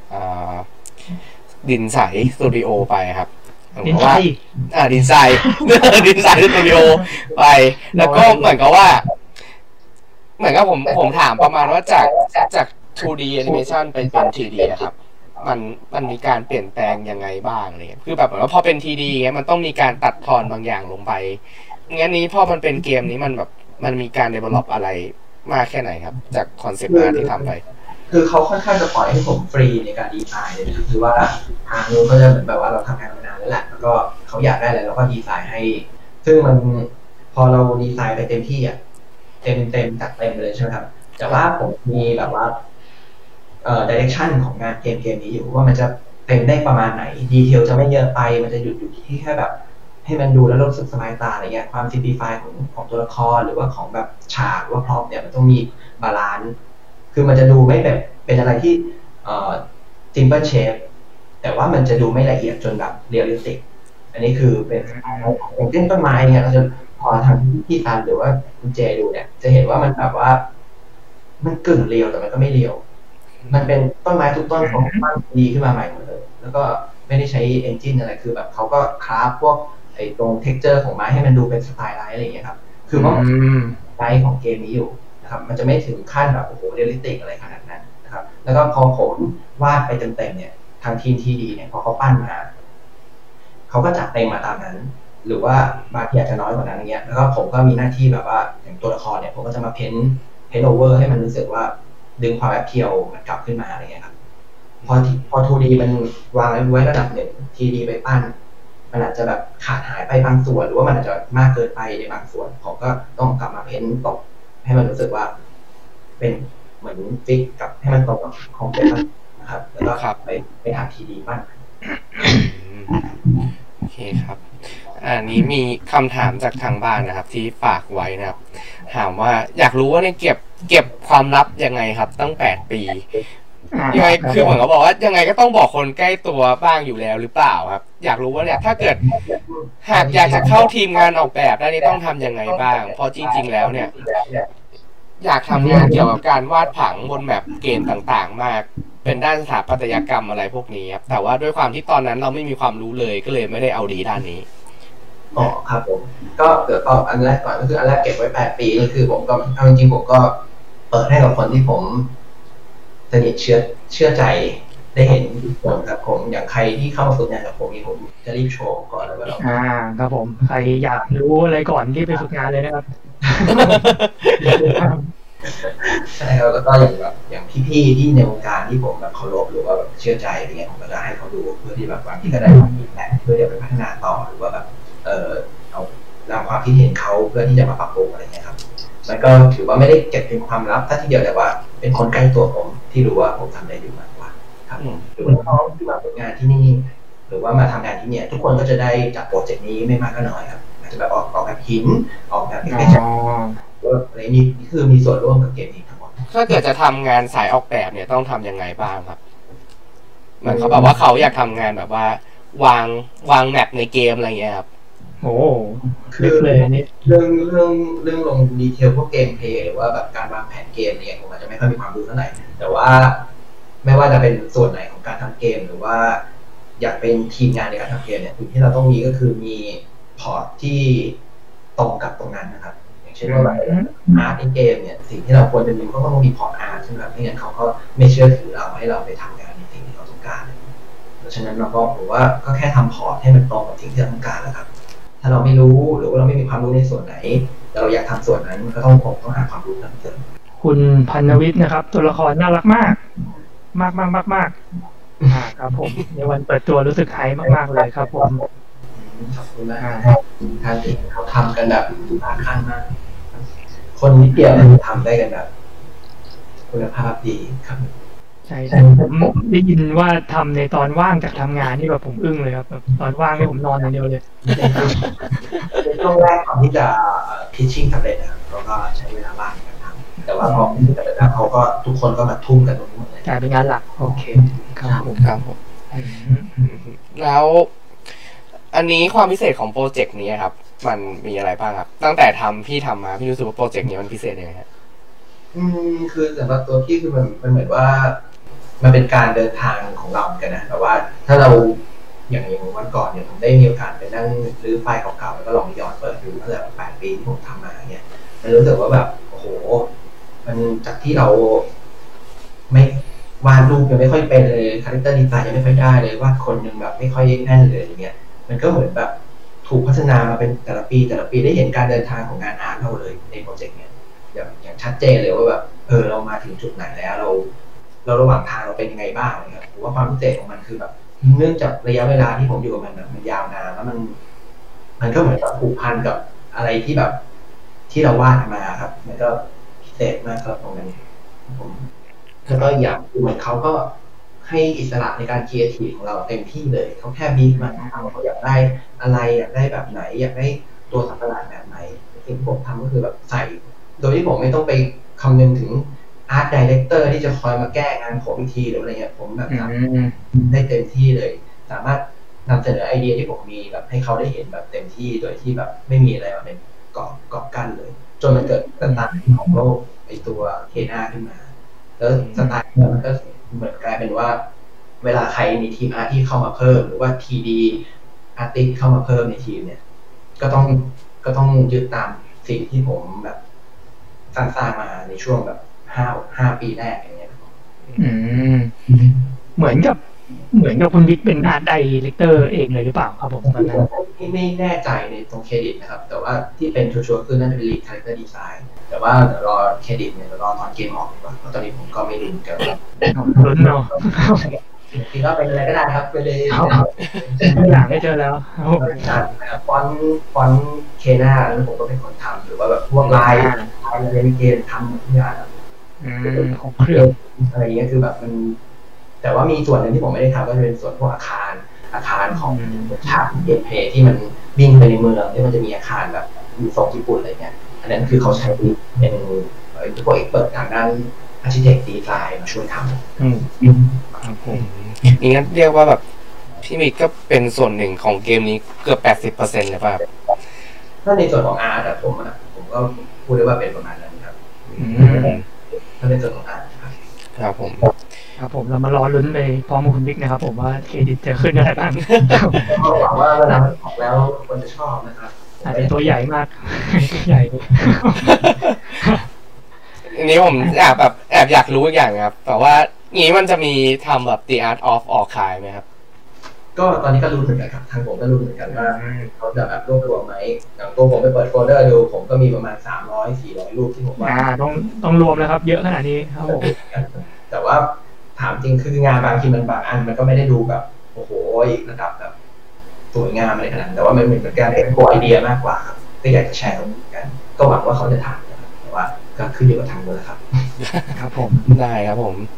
ดินใสสตูดิโอไปครับดินใสอ่าดินใสดินใสสตูดิโอไปแล้วก็เหมือนกับว่าเหมือนกับผมผมถามประมาณว่าจากจาก ทู ดี animation ไปเป็น ทรี ดี อะครับมันมันมีการเปลี่ยนแปลงยังไงบ้างเนี่ยคือแบบเหมือนว่าพอเป็น ที ดี เงี้ยมันต้องมีการตัดทอนบางอย่างลงไปงั้นนี้พอมันเป็นเกมนี้มันแบบมันมีการ develop อะไรมากแค่ไหนครับจากคอนเซ็ปต์ที่ทำไปคือเขาค่อนข้างจะปล่อยให้ผมฟรีในการดีไซน์เลยนะคือว่าทางนู้นก็จะเหมือนแบบว่าเราทำงานมานานแล้วแหละแล้วก็เขาอยากได้อะไรเราก็ดีไซน์ให้ซึ่งมันพอเราดีไซน์ไปเต็มที่อ่ะเต็มเต็มจัดเต็มเลยใช่ไหมครับแต่ว่าผมมีแบบว่าเอ่อ direction ของงานเกมเกมนี้อยู่ว่ามันจะเต็มได้ประมาณไหนดีเทลจะไม่เยอะไปมันจะหยุดอยู่ที่แค่แบบให้มันดูแล้วรู้สึกสบายตาอะไรเงี้ยความ simplify ของของตัวละครหรือว่าของแบบฉากหรือว่าพร็อพเนี่ยมันต้องมีบาลานซ์คือมันจะดูไม่แบบเป็นอะไรที่เอ่อ simple shape แต่ว่ามันจะดูไม่ละเอียดจนแบบ realistic อันนี้คือเป็นอย่างเช่นต้นไม้เนี่ยเราจะพอทางพี่ซันหรือว่าคุณเจดูเนี่ยจะเห็นว่ามันแบบว่ามันกึ่งเรียวแต่มันก็ไม่เรียวมันเป็นต้นไม้ทุกต้นของมันดีขึ้นมาใหม่หมดเลยแล้วก็ไม่ได้ใช้เอนจินอะไรคือแบบเขาก็คราฟพวกไอ้ตรง texture ของไม้ให้มันดูเป็นสไตล์ไลท์อะไรอย่างเงี้ยครับคือว่าไลท์ของเกมนี้อยู่นะครับมันจะไม่ถึงขั้นแบบโอ้โหเรียลลิสติกอะไรขนาดนั้นนะครับแล้วก็พอผมวาดไปเต็มๆเนี่ยทางทีม ที ดี เนี่ยพอเขาปั้นมาเขาก็จัดเต็มมาตามนั้นหรือว่าบางทีอาจจะน้อยกว่านั้นอย่างเงี้ยแล้วก็ผมก็มีหน้าที่แบบว่าอย่างตัวละครเนี่ยผมก็จะมาเพ้นเพ้นโอเวอร์ให้มันรู้สึกว่าดึงความแบบเที่ยวมันกลับขึ้นมาอะไรเงี้ยครับพอพอ ทู ดี มันวางไว้ระดับหนึ่ง ที ดี ไปปั้นมันอาจจะแบบขาดหายไปบางส่วนหรือว่ามันอาจจะมากเกินไปในบางส่วนผมก็ต้องกลับมาเพ้นตกให้มันรู้สึกว่าเป็นเหมือนฟิกกับให้มันตรงกับคอมเพลตนะครับแล้วก็ไปไปทำ ที ดี ปั้นโอเคครับอันนี้มีคำถามจากทางบ้านนะครับที่ฝากไว้นะครับถามว่าอยากรู้ว่าเนี่ยเก็บเก็บความลับยังไงครับตั้งแปดปียังไงคือเหมือนเขาบอกว่ายังไงก็ต้องบอกคนใกล้ตัวบ้างอยู่แล้วหรือเปล่าครับอยากรู้ว่าเนี่ยถ้าเกิดหากอยากจะเข้าทีมงานออกแบบได้นี่ต้องทำยังไงบ้างเพราะจริงๆแล้วเนี่ยอยากทำงานเกี่ยวกับการวาดผังบนแบบเกณฑ์ต่างๆมากเป็นด้านสถาปัตยกรรมอะไรพวกนี้ครับแต่ว่าด้วยความที่ตอนนั้นเราไม่มีความรู้เลยก็เลยไม่ได้เอาดีด้านนี้อ๋อครับผมก็เกิดเอาอันแรกก่อนก็คืออันแรกเก็บไว้แปดปีก็คือผมก็เอาจริงๆผมก็เปิดให้กับคนที่ผมสนิทเชื่อเชื่อใจได้เห็นผมครับผมอย่างใครที่เข้ามาฝึกงานกับผมนี่ผมจะรีบโชว์ก่อนเลยว่าเราอ่าครับผมใครอยากรู้อะไรก่อนรีบไปฝึกงานเลยนะครับใช่ครับแล้วก็อย่างแบบอย่างพี่ๆที่ในวงการที่ผมแบบเคารพหรือว่าแบบเชื่อใจอะไรเงี้ยผมก็จะให้เขาดูเพื่อที่แบบบางทีก็ได้ฟีดแบ็กเพื่อที่จะไปพัฒนาต่อหรือว่าแบบเออเอานำความคิดเห็นเขาเพื่อที่จะมาปรับปรุงอะไรเงี้ยครับมันก็ถือว่าไม่ได้เก็บเป็นความลับซะทีเดียวแต่ว่าเป็นคนใกล้ตัวผมที่รู้ว่าผมทำได้ดีมากกว่าครับหรือว่าน้องที่มาฝึกงานที่นี่หรือว่ามาทำงานที่เนี่ยทุกคนก็จะได้จากโปรเจกต์นี้ไม่มากก็น้อยครับอาจจะแบบออกออกแบบหินออกแบบเอกชนอะไรนี่นี่คือมีส่วนร่วมกับเกมนี้ทั้งหมดถ้าเกิดจะทำงานสายออกแบบเนี่ยต้องทำยังไงบ้างครับเหมือนเขาแบบว่าเขาอยากทำงานแบบว่าวางวางแมปในเกมอะไรเงี้ยครับโอ้คือเลยนี่เรื่องเรื่องเรื่องลงดีเทลพวกเกมเพลย์หรือว่าแบบการวางแผนเกมเนี่ยผมอาจจะไม่ค่อยมีความรู้เท่าไหร่แต่ว่าไม่ว่าจะเป็นส่วนไหนของการทำเกมหรือว่าอยากเป็นทีมงานในการทำเกมเนี่ยสิ่งที่เราต้องมีก็คือมีพอร์ตที่ตรงกับตรงนั้นนะครับอย่างเช่นว่าแบบอาร์ตในเกมเนี่ยสิ่งที่เราควรจะมีก็ต้องมีพอร์ตอาร์ตใช่ไหมไม่งั้นเขาก็ไม่เชื่อถือเราให้เราไปทำงานในสิ่งที่เขาต้องการเพราะฉะนั้นเราก็ผมว่าก็แค่ทำพอร์ตให้มันตรงกับสิ่งที่เราต้องการแล้วครับถ้าเราไม่รู้หรือว่าเราไม่มีความรู้ในส่วนไหนแต่เราอยากทำส่วนนั้นก็ต้องคงต้องหาความรู้เพิ่มเติมคุณพันวิทย์นะครับตัวละครน่ารักมากมากมากมากมากอ่าครับผมในวันเปิดตัวรู้สึกไฮมากๆเลยครับผมขอบคุณมากท่านที่เขาทำกันแบบหาขั้นมากคนนิดเดียวทำได้กันแบบคุณภาพดีครับใช่ผมได้ยินว่าทำในตอนว่างจากทำงานนี่แบบผมอึ้งเลยครับแบบตอนว่างนี่ผมนอนอย่างเดียวเลยในช่วงแรกก่อนที่จะพิชชิ่งสำเร็จนะครับเราก็ใช้เวลาว่างในการทำแต่ว่าพอพิชชิ่งสำเร็จแล้วเขาก็ทุกคนก็มาทุ่มกันตรงนี้หมดเลยกลายเป็นงานหลักโอเคครับผมครับผมแล้วอันนี้ความพิเศษของโปรเจกต์นี้ครับมันมีอะไรบ้างครับตั้งแต่ทำพี่ทำมาพี่รู้สึกว่าโปรเจกต์นี้มันพิเศษยังไงครับอืมคือสำหรับตัวพี่คือมันมันเหมือนว่ามันเป็นการเดินทางของเราเหมือนกันนะแต่ว่าถ้าเราอย่างอย่างวันก่อนเนี่ยผมได้มีโอกาสไปนั่งรื้อไฟล์เก่าๆแล้วก็ลองย้อนเปิดดูตั้งแต่แปดปีที่ผมทำมาเนี่ยมันรู้สึกว่าแบบโอ้โหมันจากที่เราไม่วาดรูปยังไม่ค่อยเป็นเลยคาแรคเตอร์ดีไซน์ยังไม่ค่อยได้เลยวาดคนยังแบบไม่ค่อยแน่นเลยอย่างเงี้ยมันก็เหมือนแบบถูกพัฒนามาเป็นแต่ละปีแต่ละปีได้เห็นการเดินทางของงานอาร์ตเราเลยในโปรเจกต์เนี้ยอย่างอย่างชัดเจนเลยว่าแบบเออเรามาถึงจุดไหนแล้วเราเราระหว่างทางเราเป็นยังไงบ้างนะครับผมว่าความพิเศษของมันคือแบบเนื่องจากระยะเวลาที่ผมอยู่กับมันแบบมันยาวนานแล้วมันมันก็เหมือนกับผูกพันกับอะไรที่แบบที่เราวาดมาครับมันก็พิเศษมากครับตรงนั้นผมแล้วก็อย่างคือเหมือนเขาก็ให้อิสระในการครีเอทีฟของเราเต็มที่เลยเขาแค่บีบมาทำเขาอยากได้อะไรอยากได้แบบไหนอยากได้ตัวสัมปทานแบบไหนสิ่งที่ผมทำก็คือแบบใส่โดยที่ผมไม่ต้องไปคำนึงถึงอาร์ตไดเรคเตอร์ที่จะคอยมาแก้งานผมอีกทีหรืออะไรเงี้ยผมแบบทำได้เต็มที่เลยสามารถนำเสนอไอเดียที่ผมมีแบบให้เขาได้เห็นแบบเต็มที่โดยที่แบบไม่มีอะไรมาเป็นเกาะเกาะกั้นเลยจนมันเกิดสไตล์ของโลกไอตัวเคน่าขึ้นมาแล้วสไตล์มันก็เหมือนกลายเป็นว่าเวลาใครมีทีมอาร์ตที่เข้ามาเพิ่มหรือว่า ที ดี อาร์ติสต์เข้ามาเพิ่มในทีมเนี่ยก็ต้องก็ต้องยึดตามสิ่งที่ผมแบบสร้างสร้างมาในช่วงแบบห้าห้าปีแรกอย่างเงี้ยอืมเหมือนกับเหมือนกับคุณบิ๊กเป็นอาร์ตไดเรคเตอร์เองเลยหรือเปล่าครับผมตอนนั้นไม่ไม่แน่ใจในตรงเครดิตนะครับแต่ว่าที่เป็นชัวร์ๆคือนั่นเป็นลีดคาแรคเตอร์ดีไซน์แต่ว่ารอเครดิตเนี่ยรอตอนเกมออกดีกว่าเพราะตอนนี้ผมก็ไม่รู้กันลุ้นเนาะคิดว่าเป็นอะไรก็ได้ครับไปเลยทุกอย่างได้เจอแล้วฟอนต์ฟอนต์เคน่าแล้วผมก็เป็นคนทำหรือว่าแบบพวกลายอะไรในเกมทำทุกอย่างของเครื่องอะไรเงี้ยคือแบบมันแต่ว่ามีส่วนหนึ่งที่ผมไม่ได้ทำก็จะเป็นส่วนพวกอาคารอาคารของฉากเกมเพลย์ที่มันวิ่งไปในเมืองที่มันจะมีอาคารแบบอยู่ทรงญี่ปุ่นอะไรเงี้ยอันนั้นคือเขาใช้เป็นพวกเอกเปิดทางด้านอาร์คิเทคดีไซน์มาช่วยทำอืมครับผมอย่างนั้นเรียกว่าแบบพี่มิกก็เป็นส่วนหนึ่งของเกมนี้เกือบแปดสิบเปอร์เซ็นต์เลยป่ะถ้าในส่วนของอาร์ตแต่ผมอะผมก็พูดได้ว่าเป็นประมาณนั้นครับถ้าเป็นส่วนของอาร์ตครับครับผมครับผมเรามารอลุ้นไปพร้อมกับคุณบิ๊กนะครับผมว่าเครดิตจะขึ้นอะไรบ้างหวังว่าเวลาออกแล้วคนจะชอบนะครับอาจจะตัวใหญ่มากใหญ่อันนี้ผมแอบแบบแอบอยากรู้อีกอย่างครับแต่ว่างี้มันจะมีทำแบบ The Art of ออกขายไหมครับก็ตอนนี้ก็รู้เหมือนกันครับทางผมก็รู้เหมือนกันว่าเขาจะแบบรวบรวมไหมอย่างตัวผมไปเปิดโฟลเดอร์ดูผมก็มีประมาณสามร้อย สี่ร้อยรูปที่ผมว่าต้องต้องรวมแล้วครับเยอะขนาดนี้ครับผมแต่ว่าถามจริงคืองานบางทีมันบางอันมันก็ไม่ได้ดูแบบโอ้โหระดับแบบสวยงามอะไรขนาดนั้นแต่ว่ามันเหมือนการเป็นไอเดียมากกว่าครับก็อยากจะแชร์ตรงนี้กันก็หวังว่าเขาจะทำนะครับแต่ว่าก็ขึ้นอยู่กับทางเลยครับครับผมได้ครับผม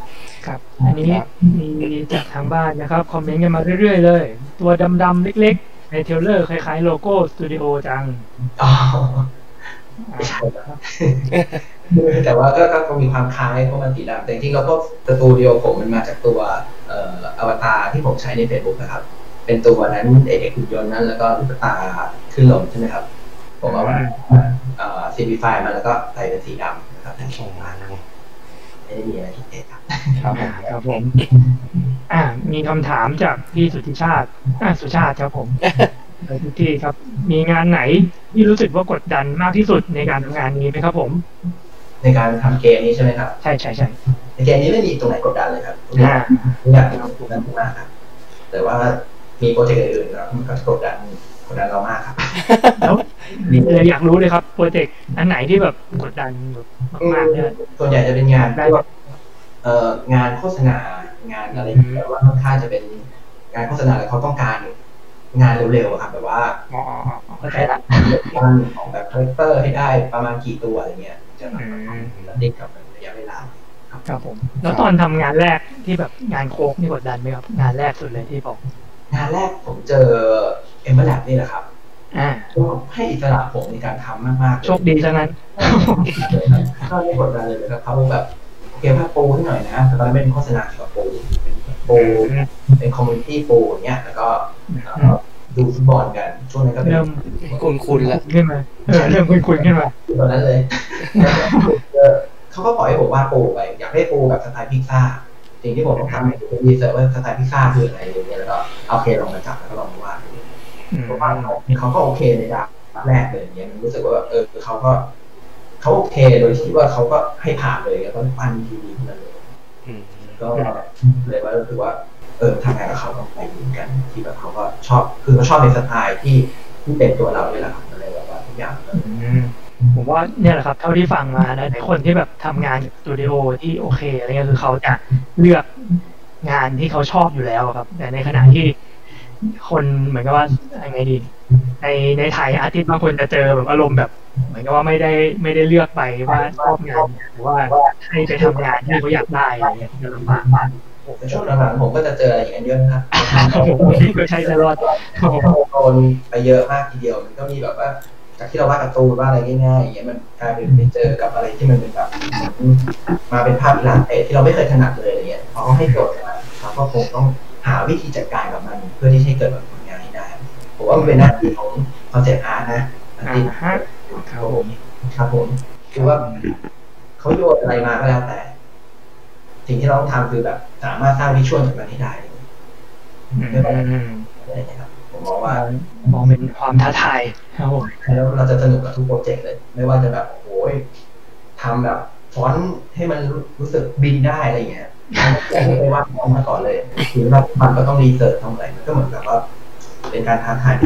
ครับอันนี้มีจากทางบ้านนะครับคอมเมนต์กันมาเรื่อยๆเลยตัวดำๆเล็กๆในเทรลเลอร์คล้ายๆโลโก้สตูดิโอจังอ๋อไม่ใช่ครับแต่ว่าก็ก็มีความคล้ายเพราะมันสีดำแต่จริงๆแล้วก็สตูดิโอผมมันมาจากตัวเอ่ออวตารที่ผมใช้ใน Facebook นะครับเป็นตัวนั้นเอกหุ่นยนต์นั้นแล้วก็ลูกตาขึ้นลงใช่ไหมครับผมเอาว่าเอ่อ simplify มาแล้วก็ใส่เป็นสีดำนะครับทั้งสองอันไม่ได้มีอะไรพิเศษครับครับครับผมอ่ามีคำถามจากพี่สุทธิชาติอ่าสุชาติครับผมทุกที่ครับมีงานไหนที่รู้สึกว่ากดดันมากที่สุดในการทำงานนี้ไหมครับผมในการทำเกมนี้ใช่ไหมครับใช่ใช่ใช่ในเกมนี้ไม่มีตรงไหนกดดันเลยครับทุกอย่างทุกอย่างกดดันมากครับแต่ว่ามีโปรเจกต์อื่นๆครับมันก็กดดันกดดันเรามากครับแล้วเลยอยากรู้เลยครับโปรเจกต์อันไหนที่แบบกดดันมากๆเนี่ยส่วนใหญ่จะเป็นงานได้แบบเอ่องานโฆษณางานอะไรแบบว่าค่อนข้างจะเป็นงานโฆษณาแล้วเขาต้องการงานเร็วๆครับแบบว่าอ๋อเข้าใจละการออกแบบคาแรคเตอร์ให้ได้ประมาณกี่ตัวอะไรเงี้ยจะทำแล้วติดกับระยะเวลาครับผมแล้วตอนทำงานแรกที่แบบงานโค้กนี่กดดันไหมครับงานแรกสุดเลยที่บอกงานแรกผมเจอเอเมอร์แลบนี่แหละครับอ่าให้อิสระผมในการทำมากๆโชคดีซะงั้นก็ไม่กดดันเลยนะครับเขาแบบโอเคว่าปูที่หน่อยนะแต่ตอนนั้นเป็นโฆษณาเกี่ยวกับปูเป็นปูเป็นคอมมูนิตี้ปูอย่างเงี้ยแล้วก็ดูฟุตบอลกันช่วงนั้นก็เริ่มคุ้นๆแล้วขึ้นมาเริ่มคุ้นๆขึ้นมาตอนนั้นเลยเขาก็ปล่อยให้ผมวาดปูไปอยากได้ปูแบบสไตล์พิซซ่าสิ่งที่ผมต้องทำคือรีเสิร์ชว่าสไตล์พิซซ่าคืออะไรอย่างเงี้ยแล้วก็โอเคลองมาจับแล้วก็ลองมาวาดเพราะว่าเขาก็โอเคในดาบแรกเลยอย่างเงี้ยรู้สึกว่าเออเขาก็เขาโอเคโดยที่ว่าเขาก็ให้ผ่านเลยแล้วก็ปั้นทีดีขึ้นมาเลยก็เลยว่ารู้สึกว่าเออทำงานกับเขาต้องไปเหมือนกันที่แบบเขาก็ชอบคือเขาชอบในสไตล์ที่ที่เป็นตัวเราเลยแหละครับอะไรแบบว่าทุกอย่างผมว่าเนี่ยแหละครับเท่าที่ฟังมานะในคนที่แบบทำงานสตูดิโอที่โอเคอะไรเงี้ยคือเขาจะเลือกงานที่เขาชอบอยู่แล้วครับแต่ในขณะที่คนเหมือนกับว่าไงดีในในไทยอาร์ติสต์บางคนจะเจอแบบอารมณ์แบบเหมือนกับว่าไม่ได้ไม่ได้เลือกไปว่าชอบงานหรือว่าให้ไปทำงานที่เขาอยากได้อะไรเงี้ยจะลำบากในช่วงหลังๆผมก็จะเจออะไรอย่างเงี้ยเยอะนะครับผมก็ใช้ตลอดโดนไปเยอะมากทีเดียวมันก็มีแบบว่าจากที่เราวาดการ์ตูนวาดอะไรง่ายๆอย่างเงี้ยมันกลายเป็นไปเจอกับอะไรที่มันเป็นแบบมาเป็นภาพอิลาสเตรที่เราไม่เคยถนัดเลยอะไรเงี้ยพอเขาให้โจทย์มาเราก็คงต้องหาวิธีจัดการกับมันเพื่อที่ให้เกิดผลงานให้ได้ผมว่ามันเป็นหน้าที่ของคอนเซ็ปต์อาร์ตนะอ่าฮะครับผมครับผมคือว่าเขาโยนอะไรมาก็แล้วแต่สิ่งที่เราต้องทำคือแบบสามารถสร้างวิชวลจากมันให้ได้ไม่ว่าอะไรนะครับผมมองว่ามองเป็นความท้าทายครับผมแล้วเราจะสนุกกับทุกโปรเจกต์เลยไม่ว่าจะแบบโอ้ยทำแบบฟอนต์ให้มันรู้สึกบินได้อะไรเงี้ยไม่ได้วาดฟอนต์มาก่อนเลยหรือว่ามันก็ต้องรีเสิร์ชต้องอะไรก็เหมือนกับว่าเป็นการท้าทาย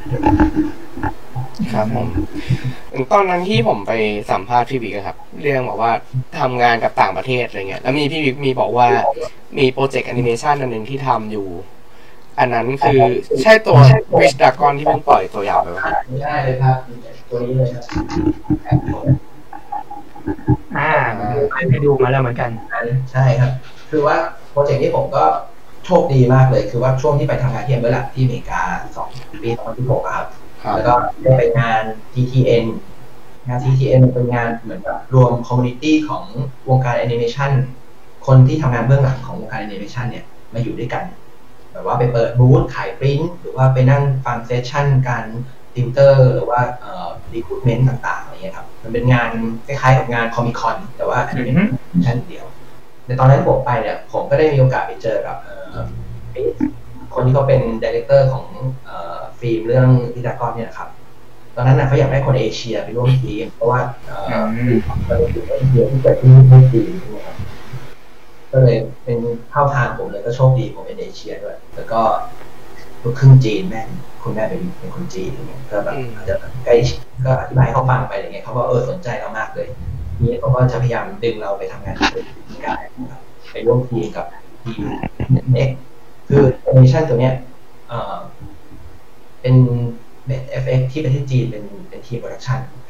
ครับผมตอนนั้นที่ผมไปสัมภาษณ์พี่บิ๊กครับเรื่องบอกว่าทำงานกับต่างประเทศอะไรเงี้ยแล้วมีพี่บิ๊กมีบอกว่ามีโปรเจกต์แอนิเมชันอันนึงที่ทำอยู่อันนั้นคือใช่ตัว Wish Dragon ที่เพิ่งปล่อยตัวอย่างไปไหมไม่ได้เลยครับตัวนี้เลยครับอ่าไปดูมาแล้วเหมือนกันใช่ครับคือว่าโปรเจกต์นี้ผมก็โชคดีมากเลยคือว่าช่วงที่ไปทำงานที่เอเมอรัลด์ที่อเมริกาสองปีสองพันสิบหกครับแล้วก็ได้ไปงาน ที ที เอ็น งาน ที ที เอ็น เป็นงานเหมือนกับรวมคอมมูนิตี้ของวงการแอนิเมชันคนที่ทำงานเบื้องหลังของวงการแอนิเมชันเนี่ยมาอยู่ด้วยกันแบบว่าไปเปิดบูธขายปริ้นหรือว่าไปนั่งฟังเซสชั่นการติวเตอร์หรือว่าเอ่อรีคูทเมนต์ต่างๆอะไรเงี้ยครับมันเป็นงานคล้ายๆกับงานคอมิคอนแต่ว่าแอนิเมชันเดียวในตอนนั้นผมไปเนี่ยผมก็ได้มีโอกาสไปเจอกับคนที่เขาเป็นดีเรคเตอร์ของฟิล์มเรื่องวิดากอนเนี่ยครับตอนนั้นนะเขาอยากได้คนเอเชียไปร่วมทีมเพราะว่าประเทศเอเชียที่เกิดขึ้นในทีมนะครับก็เลยเป็นเข้าทางผมเลยก็โชคดีผมเป็นเอเชียด้วยแล้วก็ลูกครึ่งจีนแม่คุณแม่เป็นเป็นคนจีนอย่างเงี้ยก็แบบอาจจะใกล้ก็อธิบายเขาฟังไปอย่างเงี้ยเขาก็เออสนใจเรามากเลยนี่เขาก็จะพยายามดึงเราไปทำงานในการไปร่วมทีมกับทีมเอ็กคือแอนิเมชันตัวเนี้ยเอ่อเป็น เอฟ เอ็กซ์ ที่ประเทศจีนเป็นเป็นทีมโปรดักชันครับแล้ว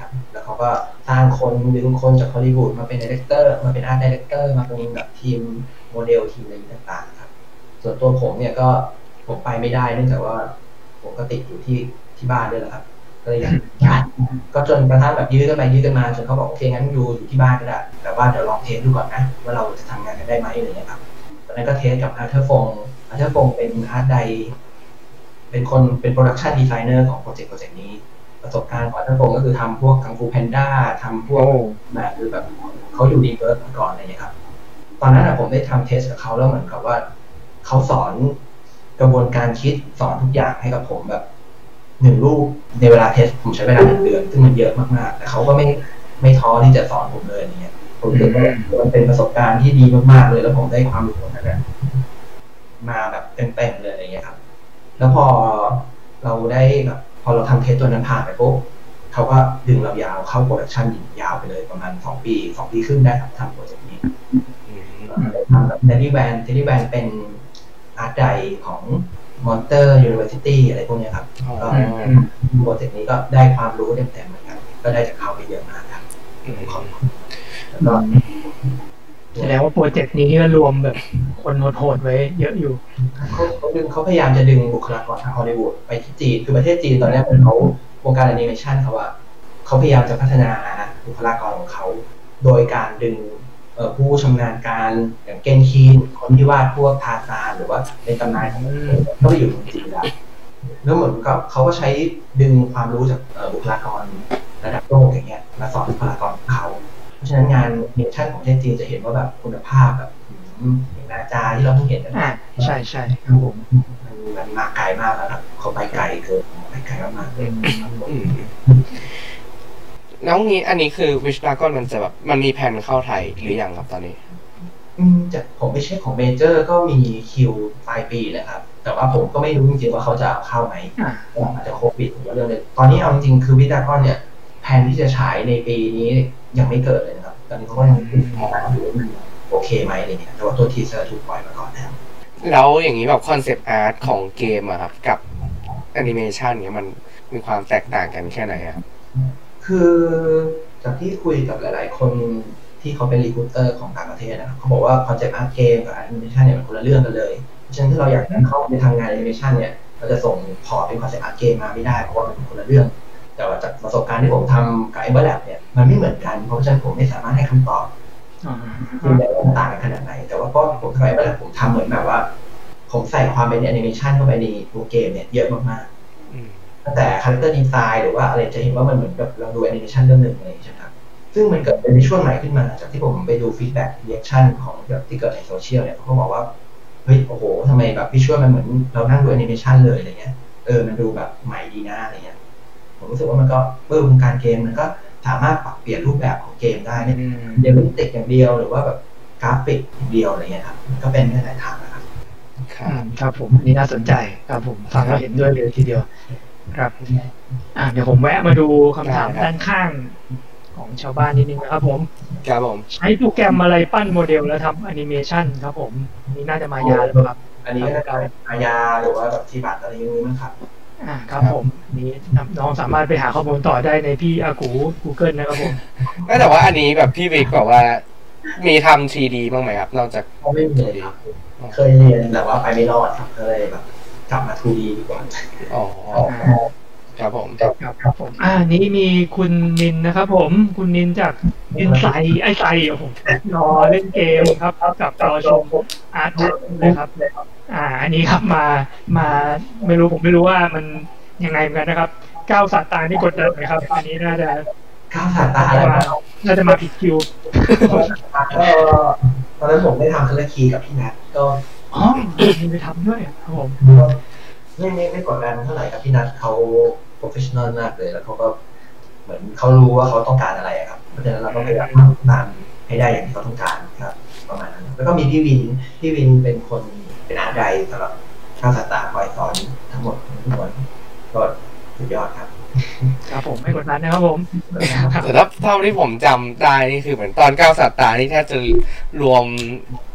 แล้วเขาก็สร้างคนดึงคนจากฮอลลีวูดมาเป็นดีเรคเตอร์มาเป็นอาร์ตดีเรคเตอร์มาเป็นแบบทีมโมเดลทีมอะไรต่างๆครับส่วนตัวผมเนี่ยก็ผมไปไม่ได้เนื่องจากว่าผมก็ติดอยู่ที่ที่บ้านด้วยแหละครับก็เลยอยากก็จนกระทั่งแบบยื้อกันไปยื้อกันมาจนเขาบอกโอเคงั้นอยู่อยู่ที่บ้านก็ได้แต่ว่าเดี๋ยวลองเทสดูก่อนนะว่าเราจะทำงานกันได้ไหมอะไรอย่างเงี้ยครับตอนนั้นก็เทสกับอาร์เธอร์ฟงอาร์เธอร์ฟงเป็นอาร์ตไดเป็นคนเป็นโปรดักชันดีไซเนอร์ของโปรเจกต์โปรเจกต์นี้ประสบการณ์ของอาร์เธอร์ฟงก็คือทำพวกกังฟูแพนด้าทำพวกแบบคือแบบเขาอยู่ดีเวิร์กมาก่อนอะไรอย่างเงี้ยครับตอนนั้นผมได้ทำเทสกับเขาแล้วเหมือนกับว่าเขาสอนกระบวนการคิดสอนทุกอย่างให้กับผมแบบหนึ่งรูปในเวลาเทสผมใช้เวลาหนึ่งเดือนซึ่งมันเยอะมากๆแต่เขาก็ไม่ไม่ท้อที่จะสอนผมเลยอย่างเงี้ยผมรู้สึกว่ามันเป็นประสบการณ์ที่ดีมากๆเลยแล้วผมได้ความรู้นั้นมาแบบเต็มๆเลยอย่างเงี้ยครับแล้วพอเราได้แบบพอเราทำเทสตัวนั้นผ่านไปปุ๊บเขาก็ดึงเรายาวเข้าโปรดักชันยาวไปเลยประมาณสองปีสองปีครึ่งได้ครับทำโปรเจกต์นี้ทำกับเทลลี่แบนเทลลี่แบนเป็นอาร์ตไดของมอนเตอร์ University อะไรพวกนี้ครับก็โปรเจกต์นี้ก็ได้ความรู้เต็มๆเหมือนกันก็ได้จากเขาไปเยอะมากครับแล้วก็แสดงว่าโปรเจกต์นี้ก็รวมแบบคนโหดๆไว้เยอะอยู่เขาเขาดึงเขาพยายามจะดึงบุคลากรทางฮอลลีวูดไปที่จีนคือประเทศจีนตอนนี้เป็นเขาวงการแอนิเมชันเขาอะเขาพยายามจะพัฒนาบุคลากรของเขาโดยการดึงผู้ชำนาญการอย่างเกนคีนคนที่วาดพวกทาซานหรือว่าในตำนานของเขาไปอยู่ในจีนแล้วแล้วเหมือนกับเขาก็ใช้ดึงความรู้จากบุคลากรระดับโลกอย่างเงี้ยมาสอนบุคลากรของเขาเพราะฉะนั้นงานแอนิเมชันของประเทศจีนจะเห็นว่าแบบคุณภาพแบบอย่างนาจาที่เราเพิ่งเห็นกันใช่ใช่ครับผมมันมาไกลมากแล้วครับเขาไปไกลเกินไปไกลมากเลยแล้วงี้อันนี้คือวิชดากอนมันจะแบบมันมีแผนเข้าไทยหรือยังครับตอนนี้อืมจากผมไปเช็คของเมเจอร์ก็มีคิวปลายปีเลยครับแต่ว่าผมก็ไม่รู้จริงๆว่าเขาจะเข้าไหมอาจจะโควิดหรือเรื่องอะไรตอนนี้เอาจริงๆคือวิชดากอนเนี่ยแผนที่จะฉายในปีนี้ยังไม่เกิดเลยนะครับตอนนี้เขาก็ยังมองอยู่ว่ามันโอเคไหมอะไรเงี้ยแต่ว่าตัวทีเซอร์ถูกปล่อยมาก่อนแล้วแล้วอย่างนี้แบบคอนเซปต์อาร์ตของเกมอะครับกับแอนิเมชันเนี่ยมันมีความแตกต่างกันแค่ไหนครับคือจากที่คุยกับหลายๆคนที่เขาเป็นรีคูเตอร์ของต่างประเทศนะครับเขาบอกว่าคอนเซปต์อาร์ตเกมกับแอนิเมชันเนี่ยมันคนละเรื่องกันเลยเพราะฉะนั้นถ้าเราอยากจะเข้าไปทำงานแอนิเมชันเนี่ยเราจะส่งพอเป็นคอนเซปต์อาร์ตเกมมาไม่ได้เพราะว่ามันเป็นคนละเรื่องแต่ว่าจากประสบการณ์ที่ผมทำกับ Ember Lab เนี่ยมันไม่เหมือนกันเพราะฉะนั้นผมไม่สามารถให้คำตอบที่ได้ต่างกันขนาดไหนแต่ว่าก็ผมทำ Ember Lab ผมทำเหมือนแบบว่าผมใส่ความเป็นแอนิเมชันเข้าไปในตัวเกมเนี่ยเยอะมากๆตั้งแต่คาแรคเตอร์ดีไซน์หรือว่าอะไรจะเห็นว่ามันเหมือนกับเราดูแอนิเมชันเรื่องหนึ่งเลยใช่ไหมครับซึ่งมันเกิดเป็นในช่วงใหม่ขึ้นมาจากที่ผมไปดูฟีดแบ็กรีแอคชั่นของแบบที่เกิดในโซเชียลเนี่ยเขาบอกว่าเฮ้ยโอ้โหทำไมแบบวิชวลมันเหมือนเรานั่งดูแอนิเมชันเลยอะไรเงี้ยเออมันดูแบบใหม่ดีนะอะไรเงี้ยผมรู้สึกว่ามันก็เพิ่มวงการเกมมันก็สามารถปรับเปลี่ยนรูปแบบของเกมได้เนี่ยเดลิเวอร์อย่างเดียวหรือว่าแบบกราฟิกอย่างเดียวอะไรเงี้ยครับก็เป็นได้หลายทางนะครับครับผมนี่น่าสนใจครับผมฟังแล้วเห็นด้วยเลยทีเดียวครับอ่าเดี๋ยวผมแวะมาดูคำถามด้านข้างของชาวบ้านนิดนึงนะครับผมครับผมใช้โปรแกรมอะไรปั้นโมเดลแล้วทำแอนิเมชันครับผมนี่น่าจะมายาหรือเปล่าครับอันนี้ก็จะมายาหรือว่าแบบทีบัตอะไรอย่างนี้มั้งครับอ่าครับผมนี่น้องสามารถไปหาข้อมูลต่อได้ในพี่อากู Google นะครับผมแต่ว่าอันนี้แบบพี่วิกบอกว่ามีทำ ทรี ดี บ้างไหมครับนอกจากไม่มีเลยครับเคยเรียนแต่ว่าไปไม่รอดครับก็เลยแบบกลับมา ทู ดี ดีกว่าอ๋อครับผมครับครับผมอ่านี้มีคุณนินนะครับผมคุณนินจากอินไซด์ไอไซด์ผมรอเล่นเกมครับกับรอชมอาร์ตนะครับอ่าอันนี้ครับมามาไม่รู้ผมไม่รู้ว่ามันยังไงเหมือนกันนะครับก้าวสาตานี่กดดันไหมครับอันนี้น่าจะก้าวสาตาอะไรน่าจะมาผิดคิวก็ตอนนั้นผมได้ทำคาราคีกับพี่นัทก็อ๋อมีไปทำด้วยครับผมไม่ไม่ไม่กดดันเท่าไหร่ครับพี่นัทเขาโปรเฟชชั่นอลมากเลยแล้วเขาก็เหมือนเขารู้ว่าเขาต้องการอะไรครับเพราะฉะนั้นเราก็พยายามทำตามให้ได้อย่างที่เขาต้องการครับประมาณนั้นแล้วก็มีพี่วินพี่วินเป็นคนเป็นอาร์ตไดสำหรับข้าวสตาร์คอยสอนทั้งหมดทั้งมวลก็สุดยอดครับครับผมไม่กดดันนะครับผมแต่ถ้าเท่าที่ผมจำได้นี่คือเหมือนตอนก้าวสัตตานี่แทบจะรวม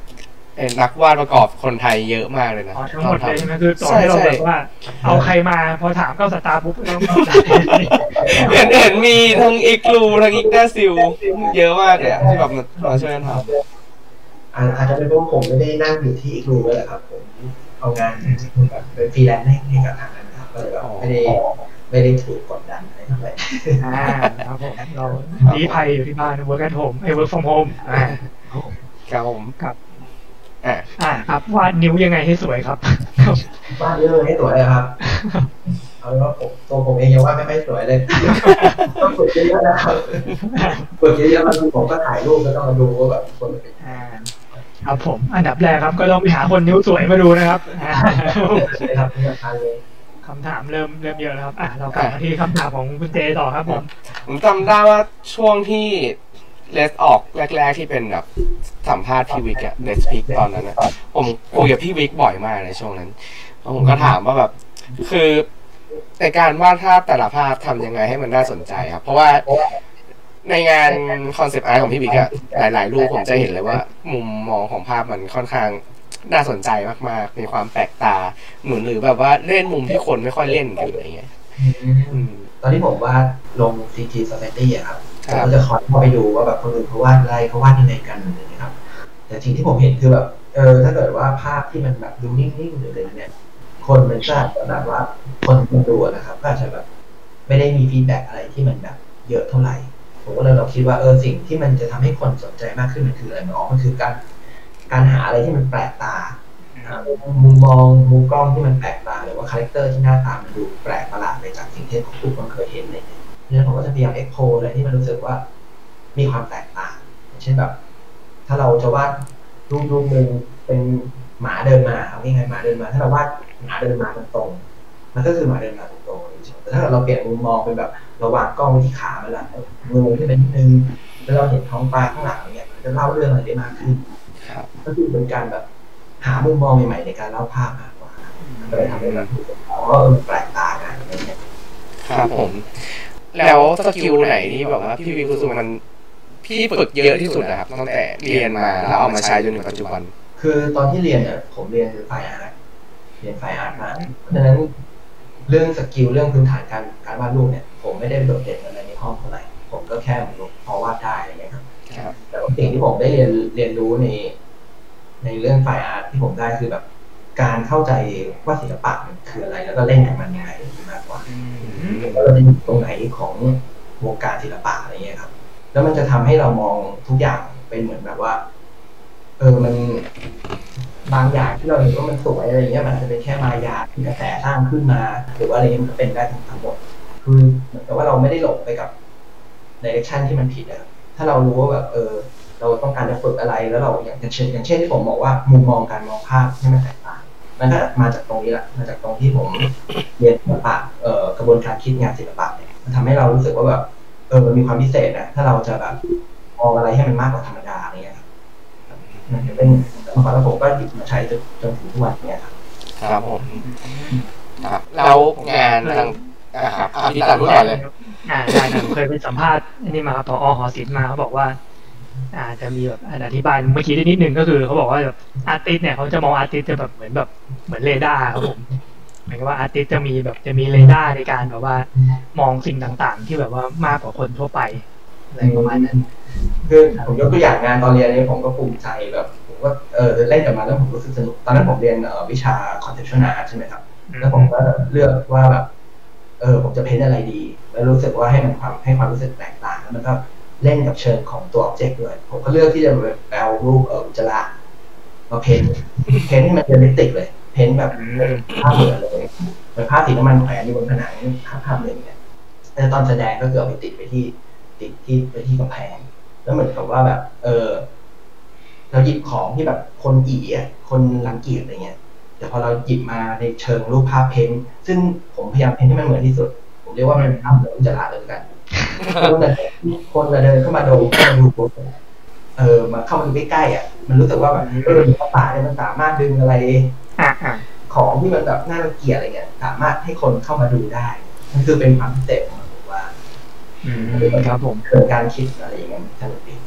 นักวาดประกอบคนไทยเยอะมากเลยนะอ๋อทั้งหมดเลยใช่ไหมคือตอนที่เราแบบว่าเอาใครมาพอถามเข้าสตาร์ปุ๊บเราเห็นเห็นมีทั้งอีกลูทั้งอีกแดซิลเยอะมากเลยที่แบบมาช่วยกันทำอาจจะเป็นเพราะผมไม่ได้นั่งอยู่ที่อีกลูเลยแหละครับผมเอางานแบบเป็นฟรีแลนซ์ให้กับทางนั้นนะครับก็เลยแบบไม่ได้ไม่ได้ถูกกดดันอะไรเท่าไหร่อ่าครับผมเราดีภัยอยู่ที่บ้าน work at home ไอ้ work from home อ่าครับผมครับอ่าอ่าครับวาดนิ้วยังไงให้สวยครับวาดนิ้วให้สวยเลยครับเอาเป็นว่าผมตัวผมเองยังวาดไม่ค่อยสวยเลยต้องฝึกเยอะๆนะครับฝึกเยอะๆมาดูผมก็ถ่ายรูปแล้วต้องมาดูว่าแบบคนเป็นอ่าครับผมอันดับแรกครับก็ต้องไปหาคนนิ้วสวยมาดูนะครับใช่ครับที่สำคัญเลยคำถามเริ่มเริ่มเยอะแล้วครับอ่ะเรากลับมาที่คำถามของคุณเจต่อครับผมผมจำได้ว่าช่วงที่เลสออกแรกๆที่เป็นแบบสัมภาษณ์พี่วิกอะเลสพิกตอนนั้นนะผมคุยกับพี่วิกบ่อยมากในช่วงนั้นผมก็ถามว่าแบบคือในการวาดภาพแต่ละภาพทำยังไงให้มันน่าสนใจครับเพราะว่าในงานคอนเซปต์อาร์ตของพี่วิกอะหลายๆรูปผมจะเห็นเลยว่ามุมมองของภาพมันค่อนข้างน่าสนใจมากๆมีความแปลกตาเหมือนหรือแบบว่าเล่นมุมที่คนไม่ค่อยเล่นกันอะไรเงี้ยตอนที่ผมวาดลง ซี จี Society อะครับผมก็จะคอยเข้าไปดูว่าแบบคนอื่นเขาวาดอะไรเขาวาดยังไงกันนะครับแต่สิ่งที่ผมเห็นคือแบบเออถ้าเกิดว่าภาพที่มันแบบดูนิ่งๆหรืออะไรเนี่ยคนมันจะแบบว่าคนมันดูนะครับก็อาจจะแบบไม่ได้มีฟีดแบ็กอะไรที่มันแบบเยอะเท่าไหร่ผมก็เลยเราคิดว่าเออสิ่งที่มันจะทำให้คนสนใจมากขึ้นมันคืออะไรอ๋อมันคือการการหาอะไรที่มันแปลกตามุมมองมุมกล้องที่มันแปลกตาหรือว่าคาแรคเตอร์ที่หน้าตามันดูแปลกประหลาดไปจากสิ่งที่ทุกคนเคยเห็นเลยเนี่ยผมก็จะพยายามเอ็กโพอะไรที่มันรู้สึกว่ามีความแตกต่างเช่นแบบถ้าเราจะวาดรูปรูปหนึ่งเป็นหมาเดินมาเอาง่ายๆหมาเดินมาถ้าเราวาดหมาเดินมาตรงๆมันก็คือหมาเดินมาตรงๆแต่ถ้าเราเปลี่ยนมุมมองเป็นแบบเราวางกล้องไว้ที่ขามันละมือที่เป็นนิดนึงแล้วเราเห็นท้องฟ้าข้างหลังเนี่ยจะเล่าเรื่องอะไรได้มากขึ้นก็คือเป็นการแบบหามุมมองใหม่ๆในการเล่าภาพมากกว่าก็เลยทำให้แบบอ๋อเออแปลกตานะอะไรเงี้ยครับผมแล้วสกิลไหนที่แบบว่าพี่วิคุสุมันพี่ฝึกเยอะที่สุดนะครับตั้งแต่เรียนมาแล้วเอามาใช้จนถึงปัจจุบันคือตอนที่เรียนเนี่ยผมเรียนไฟอาร์ตเรียนไฟอาร์ตมาเพราะฉะนั้นเรื่องสกิลเรื่องพื้นฐานการการวาดรูปเนี่ยผมไม่ได้โดดเด่นอะไรในห้องเท่าไหร่ผมก็แค่พอวาดได้อะไรเงี้ยครับแต่ว่าสิ่งที่ผมได้เรียนเรียนรู้ในในเรื่องไฟอาร์ตที่ผมได้คือแบบการเข้าใจว่าศิลปะมันคืออะไรแล้วก็เล่นกับมันยังไงมากกว่าแล้วเราจะอยู่ตรงไหนของวงการศิลปะอะไรเงี้ยครับแล้วมันจะทำให้เรามองทุกอย่างเป็นเหมือนแบบว่าเออมันบางอย่างที่เราเห็นว่ามันสวยอะไรเงี้ยมันอาจจะเป็นแค่มายาที่กระแสสร้างขึ้นมาหรือว่าอะไรเงี้ยมันก็เป็นได้ทั้งหมดคือแต่ว่าเราไม่ได้หลงไปกับไดเรคชั่นที่มันผิดอะถ้าเรารู้ว่าแบบเออเราต้องการจะฝึกอะไรแล้วเราอย่างเช่นอย่างเช่นที่ผมบอกว่ามุมมองการมองภาพให้มันแตกต่างมันก็มาจากตรงนี้แหละมาจากตรงที่ผมเรียนศิลปะเอ่อกระบวนการคิดงานศิลปะเนี่ยมันทำให้เรารู้สึกว่าแบบเออมันมีความพิเศษนะถ้าเราจะแบบมองอะไรให้มันมากกว่าธรรมดาอะไรเงี้ยครับมันจะเป็นแล้วผมก็หยิบมาใช้จนจนถึงทุกวันเนี้ยครับครับผมครับแล้วงานทางอ่าครับพี่ตาพูดก่อนเลยอ่าได้ครับเคยไปสัมภาษณ์นี่มาครับผอ.หอศิลป์มาเขาบอกว่าอาจจะมีแบบอธิบายเมื่อกี้ได้นิดนึงก็คือเขาบอกว่าแบบอาร์ติสต์เนี่ยเขาจะมองอาร์ติสต์จะแบบเหมือนแบบเหมือนเรดาร์ครับผมหมายความว่าอาร์ติสต์จะมีแบบจะมีเรดาร์ในการแบบว่ามองสิ่งต่างๆที่แบบว่ามากกว่าคนทั่วไปอะไรประมาณนั้นคือผมยกตัวอย่างงานตอนเรียนนี้ผมก็ภูมิใจแบบผมก็เออเล่นกับมันแล้วผมรู้สึกสนุกตอนนั้นผมเรียนวิชา conceptual art ใช่ไหมครับแล้วผมก็เลือกว่าแบบเออผมจะเพ้นอะไรดีแล้วรู้สึกว่าให้มันความให้ความรู้สึกแตกต่างแล้วมันก็เล่นกับเชิงของตัว object ด้วยผมก็เลือกที่จะไปเอารูปเอออุจจาระมาเพ้นเพ้นให้มันเป็นเรียลลิสติกเลยเพ้นแบบภาพเหมือนเลยเหมือนภาพสีน้ำมันแขวนอยู่บนผนังภาพภาพหนึ่งเนี่ยแต่ตอนแสดงก็คือเอาไปติดไปที่ติดที่ไปที่กำแพงแล้วเหมือนกับว่าแบบเออเราหยิบของที่แบบคนอีอ่ะคนรังเกียจอะไรเงี้ยแต่พอเราหยิบมาในเชิงรูปภาพเพ้นซึ่งผมพยายามเพ้นให้มันเหมือนที่สุดผมเรียกว่ามันเป็นภาพเหมือนอุจจาระเลยกันคนน่ะคนน่ะเดินเข้ามาดูเข้ามาดูเออมาเข้ามาดูใกล้ๆอ่ะมันรู้สึกว่าแบบเออภาษาเนี่ยมันสามารถดึงอะไรของที่มันแบบน่ารังเกียจอะไรเงี้ยสามารถให้คนเข้ามาดูได้มันคือเป็นความพิเศษของมันผมว่าอืมครับผมเกิดการคิดอะไรอย่างเงี้ยสนุกดี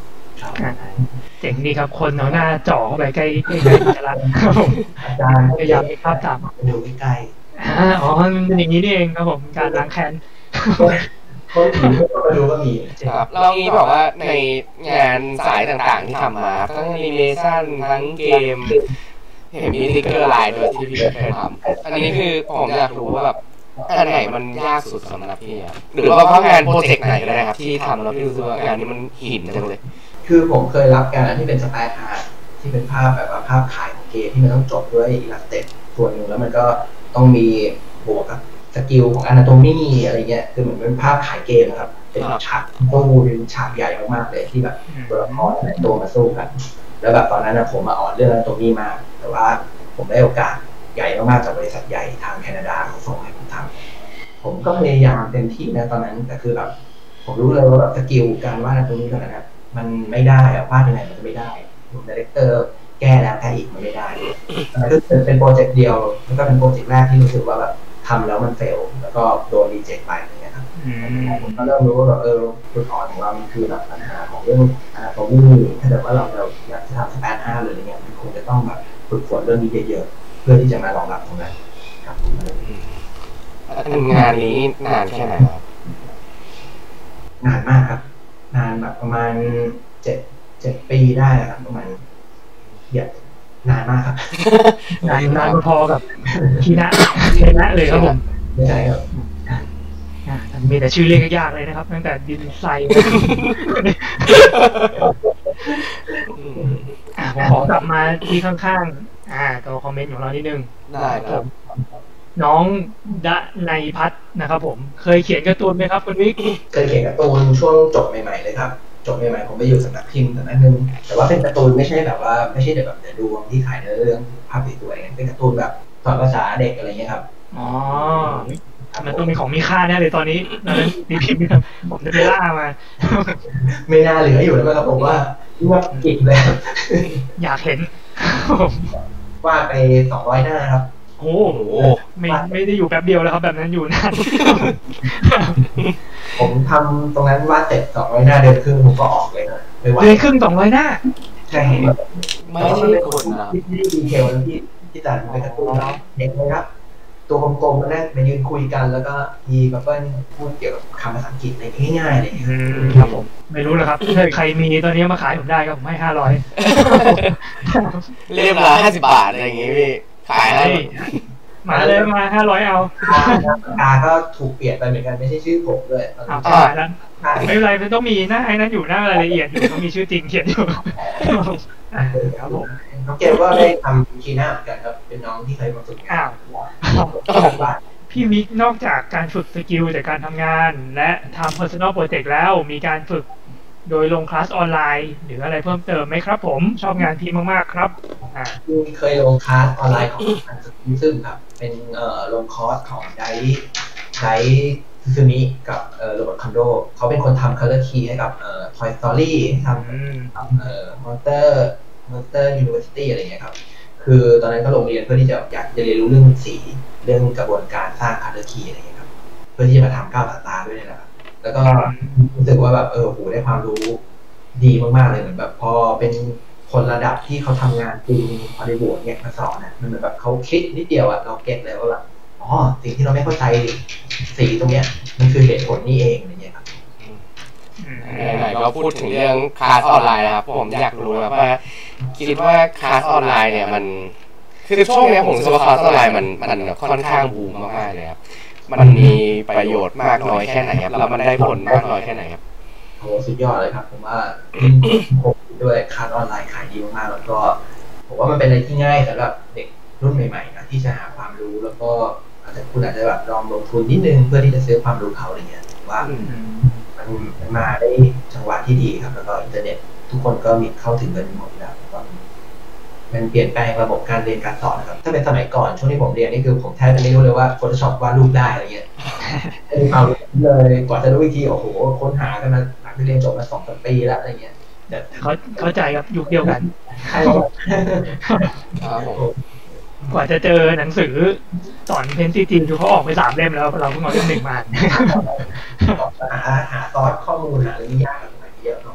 เจ๋งดีครับคนเอาหน้าจ่อเข้าไปใกล้ใกล้ใกล้จะรัดครับผมอาจารย์พยายามภาพตามดูใกล้อ๋อมันเป็นอย่างนี้นี่เองครับผมการล้างแค้นคนผีก็มาดูก็มีครับเรางี้บอกว่าในงานสายต่างๆที่ทำมาทั้งแอนิเมชันทั้งเกมเห็นมีสติ๊กเกอร์ลายด้วยที่พี่เคยทำอันนี้คือผมอยากรู้ว่าแบบอันไหนมันยากสุดสำหรับพี่ครับหรือว่าเพราะงานโปรเจกต์ไหนก็ได้ครับที่ทำแล้วพี่รู้สึกว่างานนี้มันหินจังเลยคือผมเคยรับงานที่เป็นสไตล์อาร์ตที่เป็นภาพแบบว่าภาพขายของเกมที่มันต้องจบด้วยอิลลัสเต็ดส่วนหนึ่งแล้วมันก็ต้องมีบวกกับสกิลของอนาโตมีอะไรเงี้ยคือเหมือนเป็นภาพขายเกมนะครับเป็นฉากตู้เป็นฉากใหญ่มากๆเลยที่แบบตัวละครแต่ตัวมาสู้กันแล้วแบบตอนนั้นนะผมมาอ่อนเรื่องอนาโตมีมากแต่ว่าผมได้โอกาสใหญ่มากๆจากบริษัทใหญ่ทางแคนาดาเขาส่งให้ผมทำผมก็พยายามเต็มที่นะตอนนั้นแต่คือแบบผมรู้เลยว่าแบบสกิลการวาดอนาโตมีตอนนั้นนะมันไม่ได้อะวาดยังไงมันจะไม่ได้ผมดีเรคเตอร์แก้แล้วแก้อีกมันไม่ได้ก็เป็นโปรเจกต์เดียวแล้วก็เป็นโปรเจกต์แรกที่รู้สึกว่าแบบทำแล้วมันเฟลแล้วก็โดนรีเจ็คไปอย่างเงี้ยครับผมก็เริ่มรู้ว่าแบบเออจุดอ่อนของเรามันคือแบบปัญหาของเรื่องอนาโตมีถ้าเกิดว่าเราเราอยากจะทำสแปนห้าเลยอย่างเงี้ยมันคงจะต้องแบบฝึกฝนเรื่องนี้เยอะๆเพื่อที่จะมารองรับตรงนั้นครับงานนี้นานแค่ไหนครับนานมากครับนานแบบประมาณเจ็ดเจ็ดปีได้ครับประมาณเยอะนานมากครับนานนานพอกับทีนะเทนะเลยครับผมไม่ใช่ครับมีแต่ชื่อเรียกยากเลยนะครับตั้งแต่ดินไซผมขอกลับมาที่ข้างๆอ่าตัวคอมเมนต์ของเรานิดนึงได้ครับน้องดะในพัฒนะครับผมเคยเขียนการ์ตูนไหมครับคุณวิกเคยเขียนการ์ตูนช่วงจบใหม่ๆเลยครับจบใหม่ๆผมไปอยู่สำนักพิมพ์สำนักนึงแต่ว่าเป็นการ์ตูนไม่ใช่แบบว่าไม่ใช่แบบเดี๋ยวดูที่ขายเนื้อเรื่องภาพสวยๆเป็นการ์ตูนแบบสอนภาษาเด็กอะไรเงี้ยครับอ๋อมันต้องมีของมีค่าแน่เลยตอนนี้ตอนนั้นมีพิมพ์ผมจะไปล่ามาไม่น่าเหลืออยู่แล้วครับผมว่าว่าอีกเลยอยากเห็นว่าไปสองร้อยหน้าครับโอ้โหไม่ไม่ได้อยู่แป๊บเดียวแล้วครับแบบนั้นอยู่นานผมทำตรงนั้นวาดเสร็จสองร้อยหน้าเดือนครึ่งผมก็ออกเลยนะเดือนครึ่งสองร้อยหน้าใช่ไม่ใช่คนนะที่ดีเทลที่ที่ตัดเป็นการ์ตูนเด็กเลยครับตัวกลมๆมาแรกมายืนคุยกันแล้วก็มีกับเปิ้ลพูดเกี่ยวกับคำภาษาอังกฤษอะไรง่ายๆเลยครับผมไม่รู้นะครับใครมีตอนนี้มาขายผมได้ครับผมให้ห้าร้อยเรียบร้อยห้าสิบบาทอะไรอย่างงี้พี่ขายให้มาเลยมาห้าร้อยเอาตาก็ถูกเปลี่ยนไปเหมือนกันไม่ใช่ชื่อผมด้วยอ้าวแล้วไม่เป็นไรมันต้องมีหน้าไอ้นั้นอยู่หน้ารายละเอียดอยู่ต้องมีชื่อจริงเขียนอยู่ครับผมน้องเกลก็ได้ทำคีน่าเหมือนกันครับเป็นน้องที่เคยมาฝึกอ้าวพี่วิกนอกจากการฝึกสกิลจากการทำงานและทำ personal project แล้วมีการฝึกโดยลงคลาสออนไลน์หรืออะไรเพิ่มเติมไหมครับผมชอบงานทีมมากๆครับเคยลงคลาสออนไลน์ของอันซึ่งครับเป็นเอ่อลงคอร์สของไดไดซูมิกับเอ่อโรเบิร์ตคอนโดเขาเป็นคนทำ color key ให้กับเอ่อ Toy Story ทำเอ่อ Monster Monster University อะไรเงี้ยครับคือตอนนั้นก็ลงเรียนเพื่อที่จะอยากจะเรียนรู้เรื่องสีเรื่องกระบวนการสร้าง color key อะไรเงี้ยครับเพื่อที่จะมาทำก้าวตาด้วยนะครับแล้วก็รู้สึกว่าแบบเออโหได้ความรู้ดีมากๆเลยเหมือนแบบพอเป็นคนระดับที่เขาทำงานจริงฮอลลีวูดเนี่ยมาสอนนะมันเหมือนแบบเขาคลิกนิดเดียวอะเราเก็ตเลยว่าแบบอ๋อสิ่งที่เราไม่เข้าใจสีตรงเนี้ยมันคือเหตุผลนี่เองอะไรเงี้ยครับไหนๆก็พูดถึงเรื่องคลาสออนไลน์นะครับผมอยากรู้ว่าคิดว่าคลาสออนไลน์เนี่ยมันคือช่วงนี้ผมรู้สึกว่าคลาสออนไลน์มันมันค่อนข้างบูมมากๆเลยครับมันมีประโยชน์มากน้อยแค่ไหนครับแล้วมันได้ผลมากน้อยแค่ไหนครับโอ้สุดยอดเลยครับผมว่าผมด้วยคลาสออนไลน์ขายดีมากๆแล้วก็ผมว่ามันเป็นอะไรที่ง่ายสำหรับเด็กรุ่นใหม่ๆนะที่จะหาความรู้แล้วก็อาจจะคุณอาจจะแบบลองลงทุนนิดนึงเพื่อที่จะซื้อความรู้เขาอะไรเงี้ยว่ามันมันมาได้จังหวะที่ดีครับแล้วก็อินเทอร์เน็ตทุกคนก็มีเข้าถึงกันหมดแล้วก็มันเปลี่ยนแปลงระบบการเรียนการสอนนะครับถ้าเป็นสมัยก่อนช่วงที่ผมเรียนนี่คือผมแทบจะไม่รู้เลยว่า Photoshop วาดรูปได้อะไรเงี้ยไม่มีความรู้เลยกว่าจะรู้วิธีโอ้โหค้นหากันมาหลังที่เรียนจบมาสองสามปีแล้วอะไรเงี้ยแต่เขาเข้าใจครับยุคเดียวกันกว่าจะเจอหนังสือสอนเพนซีจีนดูเขาออกไปสามเล่มแล้วเราเพิ่งเอาเล่มหนึ่งมาหาหาซอสข้อมูลหาอะไรยากอะไรเยอะเนาะ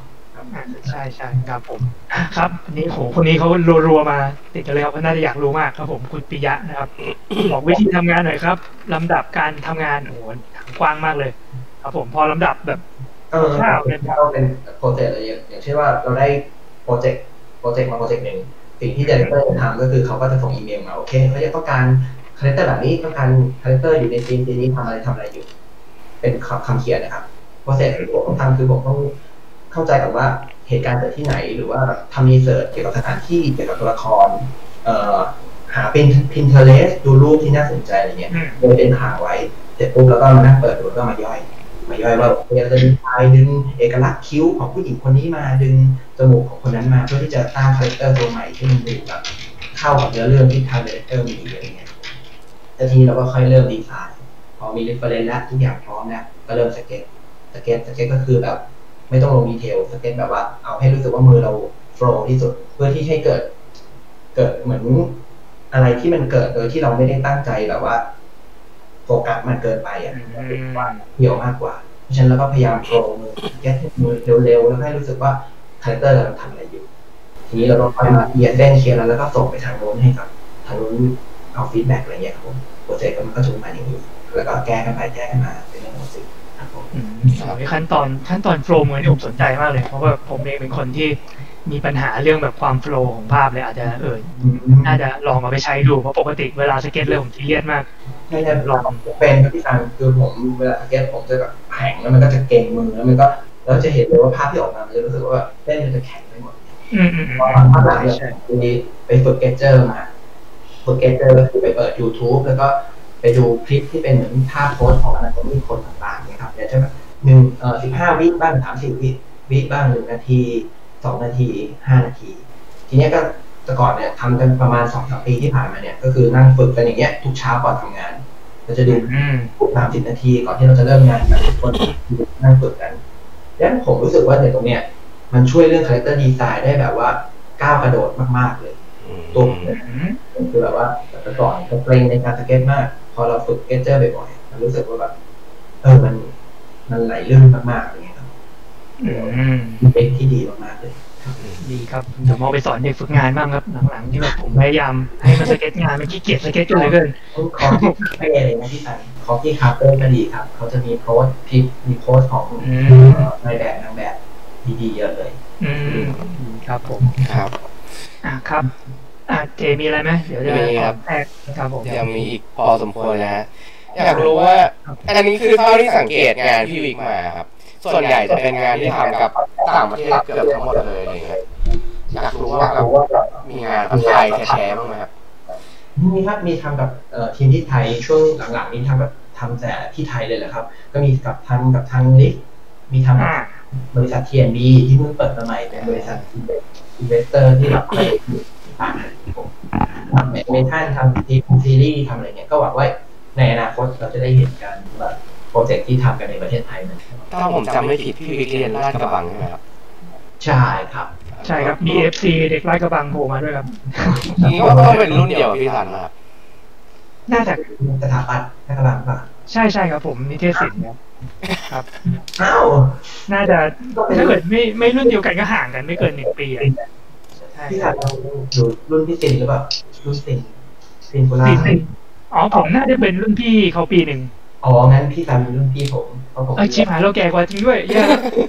ใช่ใช่ครับผมครับอันนี้โหคนนี้เขารัวๆมาติดกันเลยครับน่าจะอยากรู้มากครับผมคุณปิยะนะครับบอกวิธีทำงานหน่อยครับลำดับการทำงานโอ้โหกว้างมากเลยครับผมพอลำดับแบบเออเราเป็นโปรเจกต์อะไรอย่างเช่นว่าเราได้โปรเจกต์โปรเจกต์มาโปรเจกต์หนึ่งสิ่งที่ดีเรคเตอร์ทำก็คือเขาก็จะส่งอีเมลมาโอเคเขาจะต้องการคาแรคเตอร์แบบนี้ต้องการคาแรคเตอร์อยู่ในซีนซีนี้ทำอะไรทำอะไรอยู่เป็นคำเขียนนะครับโปรเซสที่ผมต้องทำคือผมต้องเข้าใจก่อนว่าเหตุการณ์เกิดที่ไหนหรือว่าทำรีเสิร์ชเกี่ยวกับสถานที่เกี่ยวกับตัวละครเอ่อหาเป็น Pinterest ดูรูปที่น่าสนใจอะไรเงี้ยโดยเป็นหาไว้เสร็จปุ๊บแล้วก็มานั่งเปิดดูแล้วก็มาย่อยมาย่อยว่าเราจะดึงลายดึงเอกลักษณ์คิ้วของผู้หญิงคนนี้มาดึงจมูกของคนนั้นมาเพื่อที่จะสร้างคาแรคเตอร์ตัวใหม่ที่มันดูแบบเข้ากับเนื้อเรื่องที่ทางดีเรคเตอร์มีอะไรเงี้ยแล้วทีนี้เราก็ค่อยเริ่มดีไซน์พอมีเรฟเฟอเรนซ์แล้วทุกอย่างพร้อมแล้วก็เริ่มสเก็ตสเก็ตสเก็ตก็คือแบบไม่ต้องลงดีเทลสเก็ตแบบว่าเอาให้รู้สึกว่ามือเราโฟล์ที่สุดเพื่อที่ให้เกิดเกิดเหมือนอะไรที่มันเกิดโดยที่เราไม่ได้ตั้งใจแบบว่าโฟกัสมันเกินไปอ่ะว่าเดี่ยวมากกว่าเพราะฉะนั้นเราก็พยายามโฟล์มือแก้ให้มือเร็วๆแล้วให้รู้สึกว่าคาแรคเตอร์เราทำอะไรอยู่ทีนี้เราต้องค่อยมาเคลียร์เส้นเคลียร์แล้วแล้วก็ส่งไปทางโน้นให้กับทางโน้นเอาฟีดแบ็กอะไรเงี้ยครับผมโปรเจกต์มันก็จะมาอย่างนี้แล้วก็แก้กันไปแก้กันมาเป็นเรื่องของสิ่งครับผมขั้นตอนขั้นตอนโฟล์เหมือนที่ผมสนใจมากเลยเพราะว่าผมเองเป็นคนที่มีปัญหาเรื่องแบบความโฟล์ของภาพเลยอาจจะเออน่าจะลองเอาไปใช้ดูเพราะปกติเวลาสเก็ตเลยผมซีเรียสมากใช่ๆลองเป็นที่ฟังคือผมเวลาสเก็ตผมจะแบบแข็งแล้วมันก็จะเก่งมือแล้วมันก็แล้วจะเห็นเลยว่าภาพที่ออกมามันจะรู้สึกว่าเส้นมันจะแข็งไปหมดอืมๆพอภาพหลังเนี่ยไปฝึกเกจเจอร์มาฝึกเกจเจอร์ก็คือไปเปิด YouTube แล้วก็ไปดูคลิปที่เป็นเหมือนภาพโพสของอนาโตมีคนต่างๆนะครับเดี๋ยวจะแบบหนึ่งเอ่อสิบห้าวิบ้างสามสิบวิวิบ้างหนึ่งนาทีสองนาทีห้านาทีทีนี้ก็แต่ก่อนเนี่ยทำกันประมาณสองสามปีที่ผ่านมาเนี่ยก็คือนั่งฝึกกันอย่างเงี้ยทุกเช้าก่อนทำงานเราจะดูทุกสามสิบนาทีก่อนที่เราจะเริ่มงานแบบทุกคนนั่งฝึกกันแล้วผมรู้สึกว่าในตรงเนี้ยมันช่วยเรื่องคาแรคเตอร์ดีไซน์ได้แบบว่าก้าวกระโดดมากๆเลยตัวคือแบบว่าแต่ก่อนเราเกรงในการสเก็ตมากพอเราฝึกเกจเจอร์บ่อยๆมันรู้สึกว่าแบบเออมันมันไหลลื่นมากๆอย่างเงี้ยครับเป็นที่ดีมากๆเลยดีครับเดี๋ยวมองไปสอนเด็กฝึกงานบ้างครับหลังๆที่แบบผมพยายามให้มันสเก็ตงานมันขี้เกียจสเก็ตกันเลยเกินขอที่คาเฟ่อะไรนะที่สั่งขอที่คาเฟ่ก็ดีครับเขาจะมีโพสต์พิมีโพสต์ของในแบบนางแบบดีๆเยอะเลยอืมครับผมครับอ่ะครับอ่ะเจมีอะไรไหมเดี๋ยวจะมีครับครับผมยังมีอีกพอสมควรนะฮะอยากรู้ว่าอันนี้คือเท่าที่สังเกตงานพี่วิกมาครับส่วนใหญ่จะเป็นงานที่ทำกับต่างประเทศเกือบทั้งหมดเลยอะไรเงี้ยอยากรู้ว่ามีงานกับไทยแท้ๆบ้างไหมครับมีครับมีทำกับทีมที่ไทยช่วงหลังๆนี้ทำแบบทำแต่ที่ไทยเลยแหละครับก็มีกับทำกับทางลิฟมีทำบริษัท ที เอ็น บี ที่เพิ่งเปิดมาใหม่เป็นบริษัทอินเวสเตอร์ที่แบบเคยผ่านทำเมทัลทำทีมซีรีส์ทำอะไรเงี้ยก็หวังว่าในอนาคตเราจะได้เห็นการแบบโปรเจกต์ที่ทำกันในประเทศไทยนะถ้าผมจำไม่ผิดพี่วิกเรียนราชกระบังใช่ไหมครับใช่ครับใช่ครับมี เอฟ ซี เด็กราชกระบังโผล่มาด้วยครับนี่ก็ต้องเป็นรุ่นเดียวพี่ทันนะครับน่าจะสถาปัตย์ราชกระบังป่ะใช่ใช่ครับผมนิเทศศิลป์ครับอ้าวน่าจะถ้าเกิดไม่ไม่รุ่นเดียวกันก็ห่างกันไม่เกินหนึ่งปีอ่ะพี่ทันอยู่รุ่นพี่สินหรือเปล่ารุ่นสินสินโคราชอ๋อผมน่าจะเป็นรุ่นพี่เขาปีหนึ่งอ๋องั้นพี่ทันรุ่นพี่ผมเออชิบหายเราแก่กว่าจริงด้วยแย่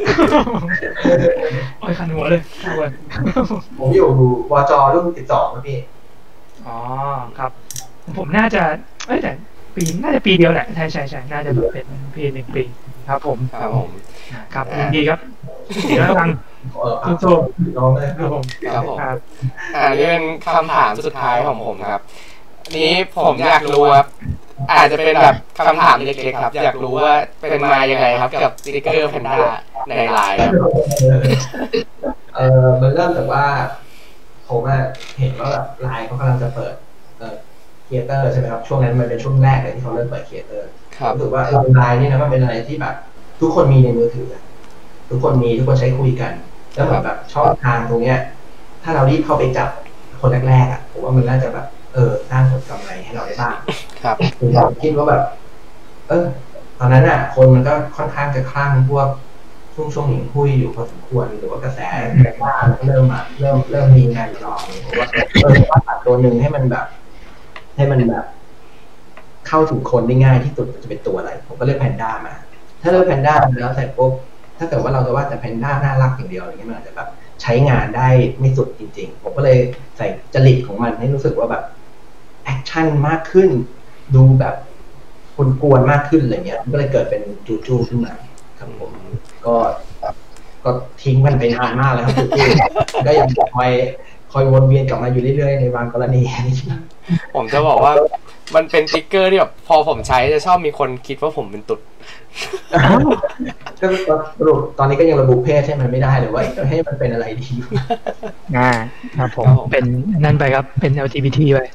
โอ้ยขันหัวเลยผมอยู่วจรุ่นสิบสองครับพี่อ๋อครับผมน่าจะเอ้ยแต่ปีน่าจะปีเดียวแหละใช่ใช่ใช่น่าจะเป็นปีหนึ่งปีครับผมครับผมครับดีครับเดี๋ยวฟังคุณโจน้องเลยครับผมครับผมอ่านี่เป็นคำถามสุดท้ายของผมครับนี้ผมอยากรู้ครับอาจจะเป็นแบบคำถามเล็กๆครับอยากรู้ว่าเป็นมายังไงครับกับสติ๊กเกอร์แพนด้าในไลน์ครับเออมันเริ่มจากว่าผมเห็นว่าแบบไลน์เขากำลังจะเปิดเอ่อครีเอเตอร์ใช่ไหมครับช่วงนั้นมันเป็นช่วงแรกเลยที่เขาเริ่มเปิดครีเอเตอร์รู้สึกว่าไลน์นี่นะมันเป็นอะไรที่แบบทุกคนมีในมือถือทุกคนมีทุกคนใช้คุยกันแล้วแบบช่องทางตรงเนี้ยถ้าเรารีบเข้าไปจับคนแรกๆอ่ะผมว่ามันน่าจะแบบเออสร้างผลกำไรให้เราได้บ้างครับคือเราคิดว่าแบบเออตอนนั้นอ่ะคนมันก็ค่อนข้างจะคลั่งพวกพช่วงช่วงหญิงหุ้ยอยู่พอสมควรหรือว่ากระแสแต่ว่าเริ่มมาเริ่มเริ่มมีงานหลอกผมว่าเออว่าตัดตัวหนึ่งให้มันแบบ ให้มันแบบเข้าถึงคนได้ง่ายที่สุดจะเป็นตัวอะไรผมก็เลือกแพนด้ามาถ้าเลือกแพนด้าแล้วใส่ปุ๊บถ้าเกิดว่าเราจะว่าแต่แพนด้าน่ารักอย่างเดียวอะไรเงี้ยมันอาจจะแบบใช้งานได้ไม่สุดจริงๆผมก็เลยใส่จริตของมันให้รู้สึกว่าแบบแอคชั่นมากขึ้นดูแบบกวนๆมากขึ้นอะไรเงี้ยก็เลยเกิดเป็นจูจูขึ้นมาครับผมก็ก็ทิ้งมันไปนานมากแล้วครับจูจูก็ยังคอยคอยวนเวียนกลับมาอยู่เรื่อยๆในบางกรณีผมจะบอกว่ามันเป็นติ๊กเกอร์ที่แบบพอผมใช้จะชอบมีคนคิดว่าผมเป็นตุ๊ดก็สรุปตอนนี้ก็ยังระบุเพศให้มันไม่ได้หรือว่าให้มันเป็นอะไรดีอ่าครับผมเป็นนั่นไปครับเป็น แอล จี บี ที ไป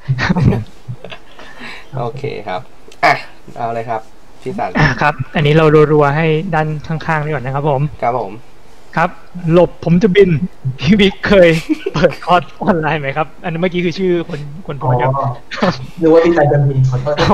โอเคครับอ่ะเอาเลยครับพี่สันอ่ะครับอันนี้เรารัวๆให้ด้านข้างๆนี่ก่อนนะครับผมครับผมครับหลบผมจะบินพี่บิ๊กเคยเปิดคอร์สออนไลน์ไหมครับอันนั้นเมื่อกี้คือชื่อคนคนพอครับนึกว่าพี่ชายจะบินขอโทษ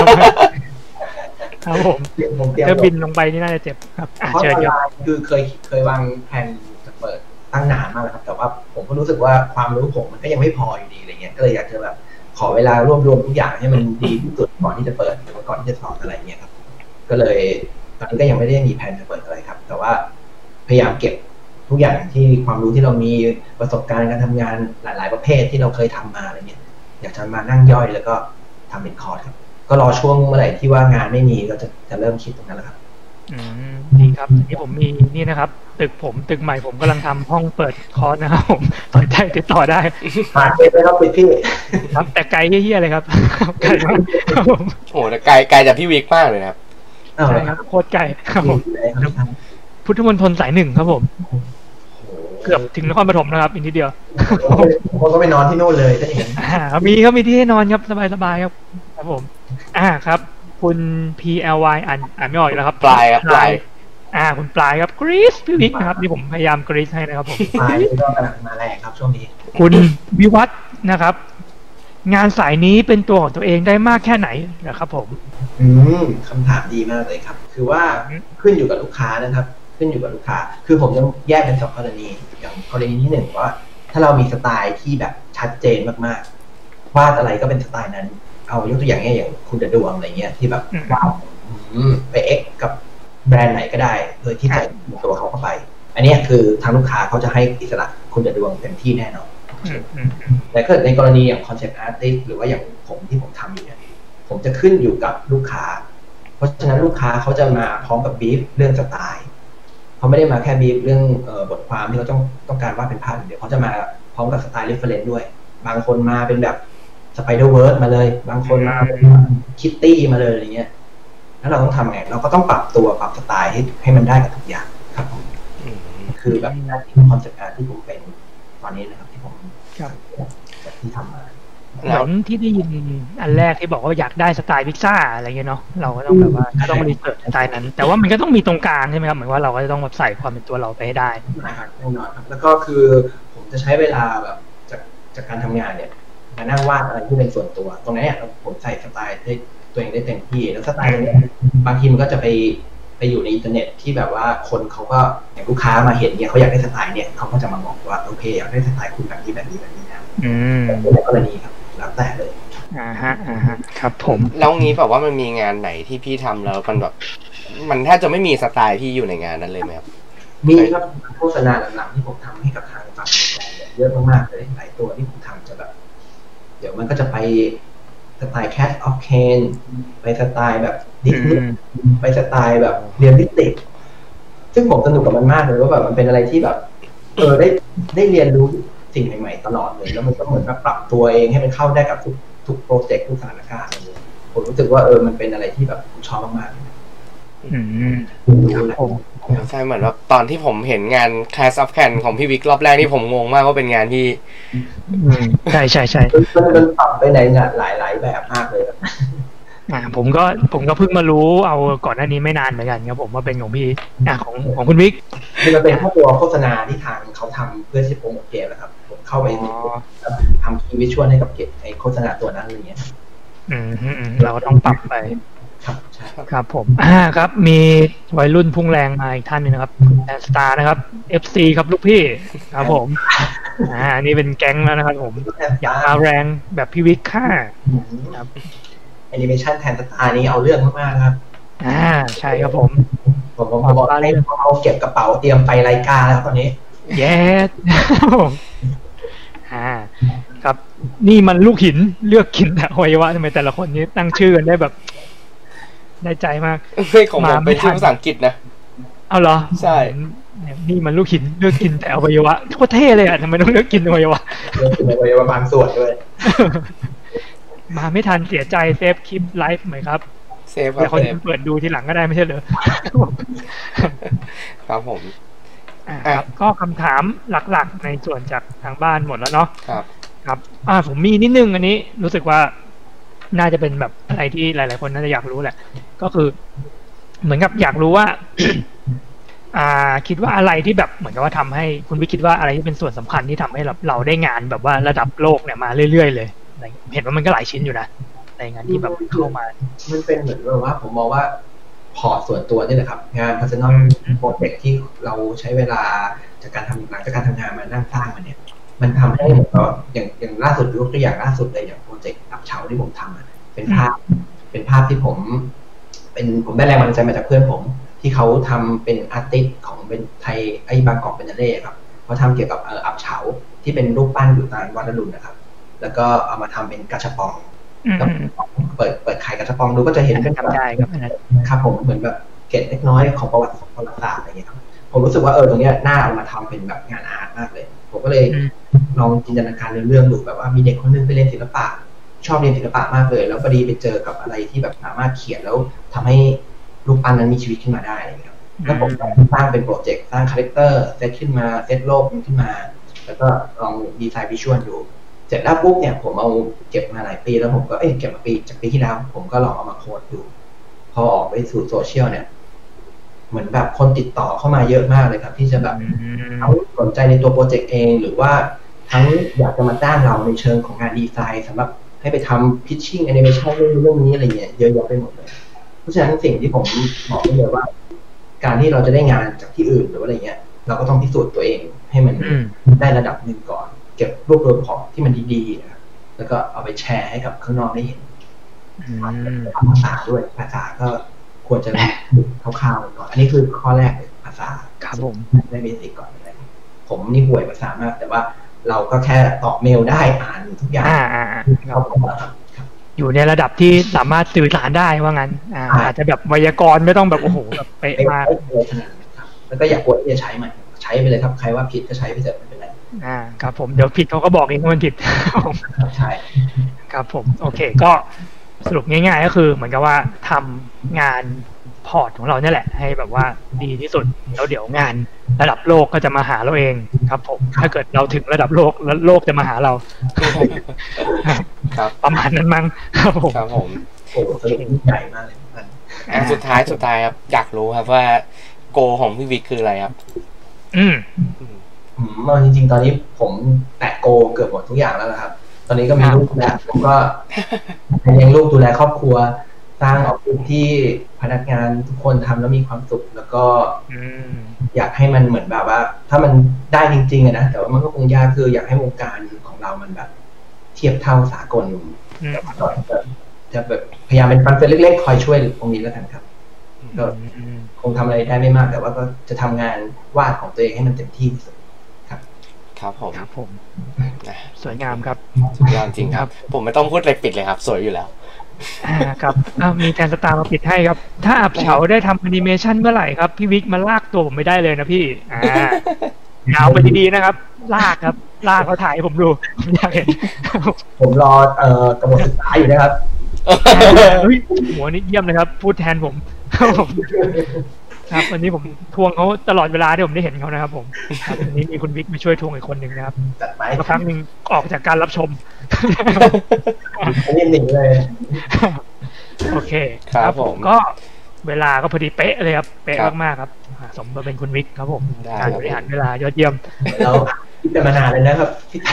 ครับผมถ้าบินลงไปนี่น่าจะเจ็บครับเชิญครับคือเคยเคยวางแผนจะเปิดตั้งนานมากแล้วครับแต่ว่าผมก็รู้สึกว่าความรู้ผมมันก็ยังไม่พออยู่ดีอะไรเงี้ยก็เลยอยากจะแบบขอเวลารวบรวมทุกอย่างให้มันดีที่สุดก่อนที่จะเปิดหรือว่าก่อนที่จะสอนอะไรเงี้ยครับก็เลยตอนนี้ก็ยังไม่ได้มีแผนจะเปิดอะไรครับแต่ว่าพยายามเก็บทุกอย่างที่ความรู้ที่เรามีประสบการณ์การทำงานหลายๆประเภทที่เราเคยทำมาอะไรเงี้ยอยากจะมานั่งย่อยแล้วก็ทำเป็นคอร์สครับก็รอช่วงเมื่อไหร่ที่ว่างานไม่มีก็จะจะเริ่มคิดตรงนั้นแล้วครับอืมดีครับที่ผมมีนี่นะครับตึกผมตึกใหม่ผมกำลังทำห้องเปิดคอร์สนะครับผมสนใจติดต่อได้ผ่านไปแล้วปิดพี่ครับแต่ไกลเหี้ยๆเลยครับไกลมากโอ้แต่ไกลไกลจากพี่วิกมากเลยครับใช่ครับโคตรไกลครับผมพุทธมณฑลสายหนึ่งครับผมเกือบถึงนครปฐมนะครับอีกนิดเดียวคนก็ไปนอนที่นู่นเลยถ้าอย่างนั้นอ่าครับมีครับมีที่ให้นอนครับสบายๆครับครับผมอ่าครับคุณ พี แอล วาย อ่านอ่านไม่ออกแล้วครับปลายครับปลายอ่าคุณปลายครับกรีซพี่วิกนะครับที่ผมพยายามกรีซให้นะครับผมปลายก็กำลังมาแรงครับช่วงนี้คุณวิวัฒน์นะครับงานสายนี้เป็นตัวของตัวเองได้มากแค่ไหนนะครับผมอืมคำถามดีมากเลยครับคือว่าขึ้นอยู่กับลูกค้านะครับขึ้นอยู่กับลูกค้าคือผมจะแยกเป็นสองกรณีอย่างกรณีที่หนึ่งว่าถ้าเรามีสไตล์ที่แบบชัดเจนมากๆวาดอะไรก็เป็นสไตล์นั้นเอายกตัวอย่างเงี้ยอย่างคุณดวงอะไรเงี้ยที่แบบว้าวไปเอ็กกับแบรนด์ไหนก็ได้โดยที่ใส่ตัวเขาเข้าไปอันนี้คือทางลูกค้าเขาจะให้อิสระคุณดวงเต็มที่แน่นอนแต่ก็ในกรณีอย่างคอนเซ็ปต์อาร์ติสหรือว่าอย่างผมที่ผมทำอยู่เนี่ยผมจะขึ้นอยู่กับลูกค้าเพราะฉะนั้นลูกค้าเขาจะมาพร้อมกับบีฟเรื่องสไตล์เขาไม่ได้มาแค่บีฟเรื่องบทความที่เขาต้องต้องการว่าเป็นภาพอย่างเดียวเขาจะมาพร้อมกับสไตล์เรฟเฟอเรนซ์ด้วยบางคนมาเป็นแบบสไปเดอร์เวิร์ดมาเลยบางคนมาเป็นคิตตี้มาเลยอะไรเงี้ยแล้วเราต้องทำไงเราก็ต้องปรับตัวปรับสไตล์ให้ให้มันได้กับทุกอย่างครับผมคือแบบหน้าที่คอนเซ็ปต์อาร์ที่ผมเป็นตอนนี้นะครับที่ผมที่ทำมาเหมือนที่ได้ยินอันแรกที่บอกว่าอยากได้สไตล์พิซซ่าอะไรเงี้ยเนาะเราก็ต้องแบบว่าต้องรีเสิร์ชสไตล์นั้นแต่ว่ามันก็ต้องมีตรงกลางใช่ไหมครับเหมือนว่าเราก็จะต้องใส่ความเป็นตัวเราไปให้ได้นะครับแน่นอนครับแล้วก็คือผมจะใช้เวลาแบบจากจากการทำงานเนี่ยมานั่งวาดอะไรที่เป็นส่วนตัวตรงนี้ผมใส่สไตล์ได้ตัวเองได้เต็มที่แล้วสไตล์นี้บางทีมันก็จะไปไปอยู่ในอินเทอร์เน็ตที่แบบว่าคนเขาก็อย่างลูกค้ามาเห็นเนี่ยเขาอยากได้สไตล์เนี่ยเขาก็จะมาบอกว่าโอเคอยากได้สไตล์คุณแบบนี้แบบนี้แบบนี้นะอืมในกรณีครับแล้วแต่เลยอ่าฮะอ่าฮะครับผมแล้วงี้แบบว่ามันมีงานไหนที่พี่ทำแล้วมันแบบมันแทบจะไม่มีสไตล์พี่อยู่ในงานนั้นเลยไหมครับมีครับโฆษณาหลังๆที่ผมทำให้กับทางฝั่งแบรนด์เยอะมากๆเลยหลายตัวที่ผมทำจะแบบเดี๋ยวมันก็จะไปสไตล์ Cat of Cane ไปสไตล์แบบดิสนีย์ไปสไตล์แบบเรียลลิสติกซึ่งผมสนุกกับมันมากเลยว่าแบบมันเป็นอะไรที่แบบเออได้ได้เรียนรู้สิ่งใหม่ๆตลอดเลยแล้วมันก็เหมือนกับปรับตัวเองให้มันเข้าได้กับทุกทุกโปรเจกต์ทุกสถานการณ์เลยผมรู้สึกว่าเออมันเป็นอะไรที่แบบผมชอบมากๆอืมใช่เหมือนแบบตอนที่ผมเห็นงาน Clash of Clans ของพี่วิกรอบแรกนี่ผมงงมากว่าเป็นงานที่ใช่ใช่ใช่มันมันปรับไปในงานหลายๆแบบมากเลยอ่าผมก็ผมก็เพิ่งมารู้เอาก่อนหน้านี้ไม่นานเหมือนกันครับผมว่าเป็นของพี่อ่าของของคุณวิกคือมันเป็นพวกตัวโฆษณาที่ทางเขาทำเพื่อที่โปรโมทเกมนะครับผมเข้าไปทำคีย์วิชวลให้กับเกมไอโฆษณาตัวนั้นอะไรเงี้ยอืมเราก็ต้องปรับไปครับใช่ครับผมอ่าครับมีวัยรุ่นพุ่งแรงมาอีกท่านหนึงนะครับคุณแอนสตาร์นะครับ เอฟ ซี ครับลูกพี่ครับผมอ่านี่เป็นแก๊งแล้วนะครับผมอยากมาแรงแบบพี่วิกค่าครับแอนิเมชันแทนสตาร์นี้เอาเรื่องมากๆครับอ่าใช่ครับผมผมผมบอกให้เขาเก็บกระเป๋าเตรียมไปไลกาแล้วตอนนี้แย่อ่าครับนี่มันลูกหินเลือกกินแต่อวัยวะทำไมแต่ละคนนี้ตั้งชื่อกันได้แบบได้ใจมากเฮ้ยของผมเป็นชื่อภาษาอังกฤษนะเอาเหรอใช่นี่มันลูกหินเลือกกินแต่อวัยวะโคตรเท่เลยอ่ะทำไมต้องเลือกกินอวัยวะเลือกกินอวัยวะบางส่วนด้วยมาไม่ทันเสียใจเซฟคลิปไลฟ์ไหมครับเซฟครับเดี๋ยวคนเปิดดูทีหลังก็ได้ไม่ใช่เหรอครับผมครับก็คำถามหลักๆในส่วนจากทางบ้านหมดแล้วเนาะครับครับอ่าผมมีนิดนึงอันนี้รู้สึกว่าน่าจะเป็นแบบอะไรที่หลายๆคนน่าจะอยากรู้แหละก็คือเหมือนกับอยากรู้ว่า อ่าคิดว่าอะไรที่แบบเหมือนกับว่าทำให้คุณวิคิดว่าอะไรที่เป็นส่วนสำคัญที่ทำให้เราได้งานแบบว่าระดับโลกเนี่ยมาเรื่อยๆเลยเห็นว่ามันก็หลายชิ้นอยู่นะในงานที่แบบเข้ามามันเป็นเหมือนว่าผมมองว่าพอร์ตส่วนตัวนี่แหละครับงาน personal project ที่เราใช้เวลาจากการทำหลังจากการทำงานมานั่งสร้างมันเนี่ยมันทำให้เหมือนกับอย่างอย่างล่าสุดยกตัวอย่างล่าสุดเลยอย่างโปรเจกต์อับเฉาที่ผมทำเป็นภาพเป็นภาพที่ผมเป็นผมได้แรงบันดาลใจมาจากเพื่อนผมที่เขาทำเป็นอาร์ติสต์ของเป็นไทยไอ้บางกอกเบญจเล่ครับเขาทำเกี่ยวกับเอ่ออับเฉาที่เป็นรูปปั้นอยู่ตามวัดอรุณนะครับแล้วก็เอามาทำเป็นกระชับปองเปิดเปิดขายกระชับปองดูก็จะเห็นเป็นแบบครับผมเหมือนแบบเกร็ดเล็กน้อยของประวัติประวัติศาสตร์อะไรอย่างเงี้ยครับผมรู้สึกว่าเออตรงเนี้ยน่าเอามาทำเป็นแบบงานอาร์ตมากเลยผมก็เลยลองจินตนาการเรื่องดูแบบว่ามีเด็กคนนึงไปเรียนศิลปะชอบเรียนศิลปะมากเลยแล้วพอดีไปเจอกับอะไรที่แบบสามารถเขียนแล้วทำให้รูปปั้นนั้นมีชีวิตขึ้นมาได้ครับแล้วผมสร้างเป็นโปรเจกต์สร้างคาแรคเตอร์เซตขึ้นมาเซตโลกมันขึ้นมาแล้วก็ลองดีไซน์วิชวลดูเสร็จแล้วปุ๊บเนี่ยผมเอาเก็บมาหลายปีแล้วผมก็เอ๊ะเก็บมาปีจากปีที่แล้วผมก็ลองเอามาโค้ดดูพอออกไปสู่โซเชียลเนี่ยเหมือนแบบคนติดต่อเข้ามาเยอะมากเลยครับที่จะแบบทั้งสนใจในตัวโปรเจกต์เองหรือว่าทั้งอยากจะมาจ้างเราในเชิงของงานดีไซน์สำหรับให้ไปทำพิชชิ่งแอนิเมชันเรื่องเรื่องนี้อะไรเงี้ยเยอะแยะไปหมดเลยเพราะฉะนั้นสิ่งที่ผมบอกได้เลยว่าการที่เราจะได้งานจากที่อื่นหรืออะไรเงี้ยเราก็ต้องพิสูจน์ตัวเองให้มันได้ระดับหนึ่งก่อนเก็บรวบรวมของที่มันดีๆนะครับแล้วก็เอาไปแชร์ให้กับข้างนอกได้เห็นภาษาด้วยภาษาก็ควรจะคร่าวๆก่อนอันนี้คือข้อแรกเลยภาษาครับผมได้เบสิกก่อนเลยผมนี่ห่วยภาษามากแต่ว่าเราก็แค่ตอบเมลได้อ่านทุกอย่างครับอยู่ในระดับที่สามารถสื่อสารได้ว่างั้นอาจจะแบบไวยากรณ์ไม่ต้องแบบโอ้โหแบบเป๊ะมากแล้วก็อย่ากลัวที่จะใช้มันใช้ไปเลยครับใครว่าผิดก็ใช้ไปเถอะไม่เป็นไรอ่าครับผมเดี๋ยวผิดเขาก็บอกเองว่ามันผิดใช่ครับผมโอเคก็สรุปง่ายๆก็คือเหมือนกับว่าทำงานพอร์ตของเราเนี่ยแหละให้แบบว่าดีที่สุดแล้วเดี๋ยวงานระดับโลกก็จะมาหาเราเองครับผมถ้าเกิดเราถึงระดับโลกแล้วโลกจะมาหาเราครับประมาณนั้นมั้งครับผมครับผมโอ้สนุกใหญ่มากเลยอ่าสุดท้ายสุดท้ายครับอยากรู้ครับว่าโกของพี่วิกคืออะไรครับอืมอืมจริงๆตอนนี้ผมแตะโกเกือบหมดทุกอย่างแล้วนะครับตอนนี้ก็มีลูกแล้วผมก็เลี้ยงลูกดูแลครอบครัวสร้างออฟฟิศที่พนักงานทุกคนทำแล้วมีความสุขแล้วก็อยากให้มันเหมือนแบบว่าถ้ามันได้จริงๆนะแต่ว่ามันก็คงยากคืออยากให้วงการของเรามันแบบเทียบเท่าสากลจะแบบพยายามเป็นฟันเฟืองเล็กๆคอยช่วยตรงนี้แล้วกันครับก็คงทำอะไรได้ไม่มากแต่ว่าก็จะทำงานวาดของตัวเองให้มันเต็มที่ที่สุดครับครับผมครับผมสวยงามครับสุดยอดจริงครับผมไม่ต้องพูดอะไรปิดเลยครับสวยอยู่แล้วอ่าครับอ้าวมีแทนสตาร์มาปิดให้ครับถ้าอับเฉาได้ทำแอนิเมชันเมื่อไหร่ครับพี่วิกมาลากตัวผมไม่ได้เลยนะพี่อ่าเอาไปดีๆนะครับลากครับลากเขาถ่ายให้ผมดูผมอยากเห็นผมรอเอ่อกำหนดศึกษาอยู่นะครับหัวนี้เยี่ยมเลยครับพูดแทนผมครับวันนี้ผมทวงเขาตลอดเวลาที่ผมได้เห็นเขานะครับผมวันนี้มีคุณวิกมาช่วยทวงอีกคนหนึ่งนะครับสักครั้งหนึ่งออกจากการรับชมเล่นหนึ่งเลยโอเคครับผมก็เวลาก็พอดีเป๊ะเลยครับเป๊ะมากๆครับสมกับเป็นคุณวิกครับผมการบริหารเวลายอดเยี่ยมแล้วคิดกันมานานเลยนะครับ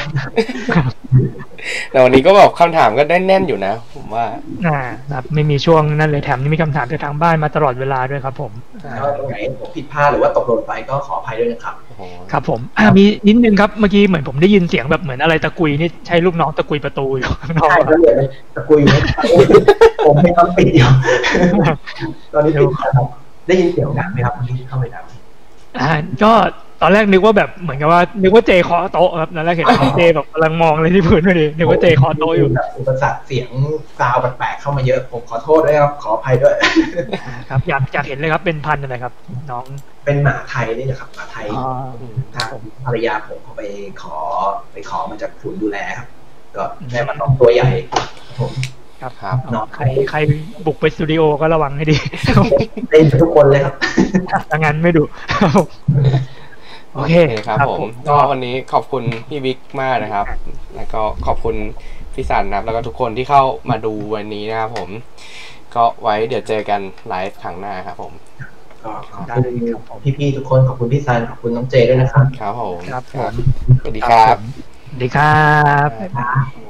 แต่วันนี้ก็แบบคำถามก็ได้แน่นอยู่นะผมว่าอ่าครับไม่มีช่วงนั่นเลยแถมนี่มีคำถามจากทางบ้านมาตลอดเวลาด้วยครับผมก็ตรงไหนผมผิดพลาดหรือว่าตกหล่นไปก็ขออภัยด้วยนะครับครับผมอ่ามีนิดนึงครับเมื่อกี้เหมือนผมได้ยินเสียงแบบเหมือนอะไรตะกุยนี่ใช่ลูกน้องตะกุยประตูอยู่ข้างนอกใช่ก็เลยตะกุยอยู่ผมไม่ต้องปิดอยู่ตอนนี้ปิดครับได้ยินเสียงดังไหมครับที่เข้าไปดังอ่าก็ตอนแรกนึกว่าแบบเหมือนกับว่านึกว่าเจเคาะโต๊ะครับตอนแรกเห็นเจแบบกำลังมองอะไรที่พื้นพอดีนึกว่าเจเคาะโต๊ะอยู่อุปสรรคเสียงซาวแปลกๆเข้ามาเยอะผมขอโทษด้วยครับขออภัยด้วยครับอยากอยากเห็นเลยครับเป็นพันอะไรครับน้องเป็นหมาไทยนี่นะครับหมาไทยทางภรรยาผมเขาไปขอไปขอมาจากศูนย์ดูแลครับก็ได้มาสองตัวใหญ่ผมครับครับใครใครบุกไปสตูดิโอก็ระวังให้ดีเล่นทุกคนเลยครับถ้างั้นไม่ดุโอเคครับผมก็วันนี้ขอบคุณพี่บิ๊กมากนะครับแล้วก็ขอบคุณพี่สันนะครับแล้วก็ทุกคนที่เข้ามาดูวันนี้นะครับผมก็ไว้เดี๋ยวเจอกันไลฟ์ครั้งหน้าครับผมก็ขอบคุณพี่ๆทุกคนขอบคุณพี่สันขอบคุณน้องเจด้วยนะครับครับผมครับผมสวัสดีครับสวัสดีครับ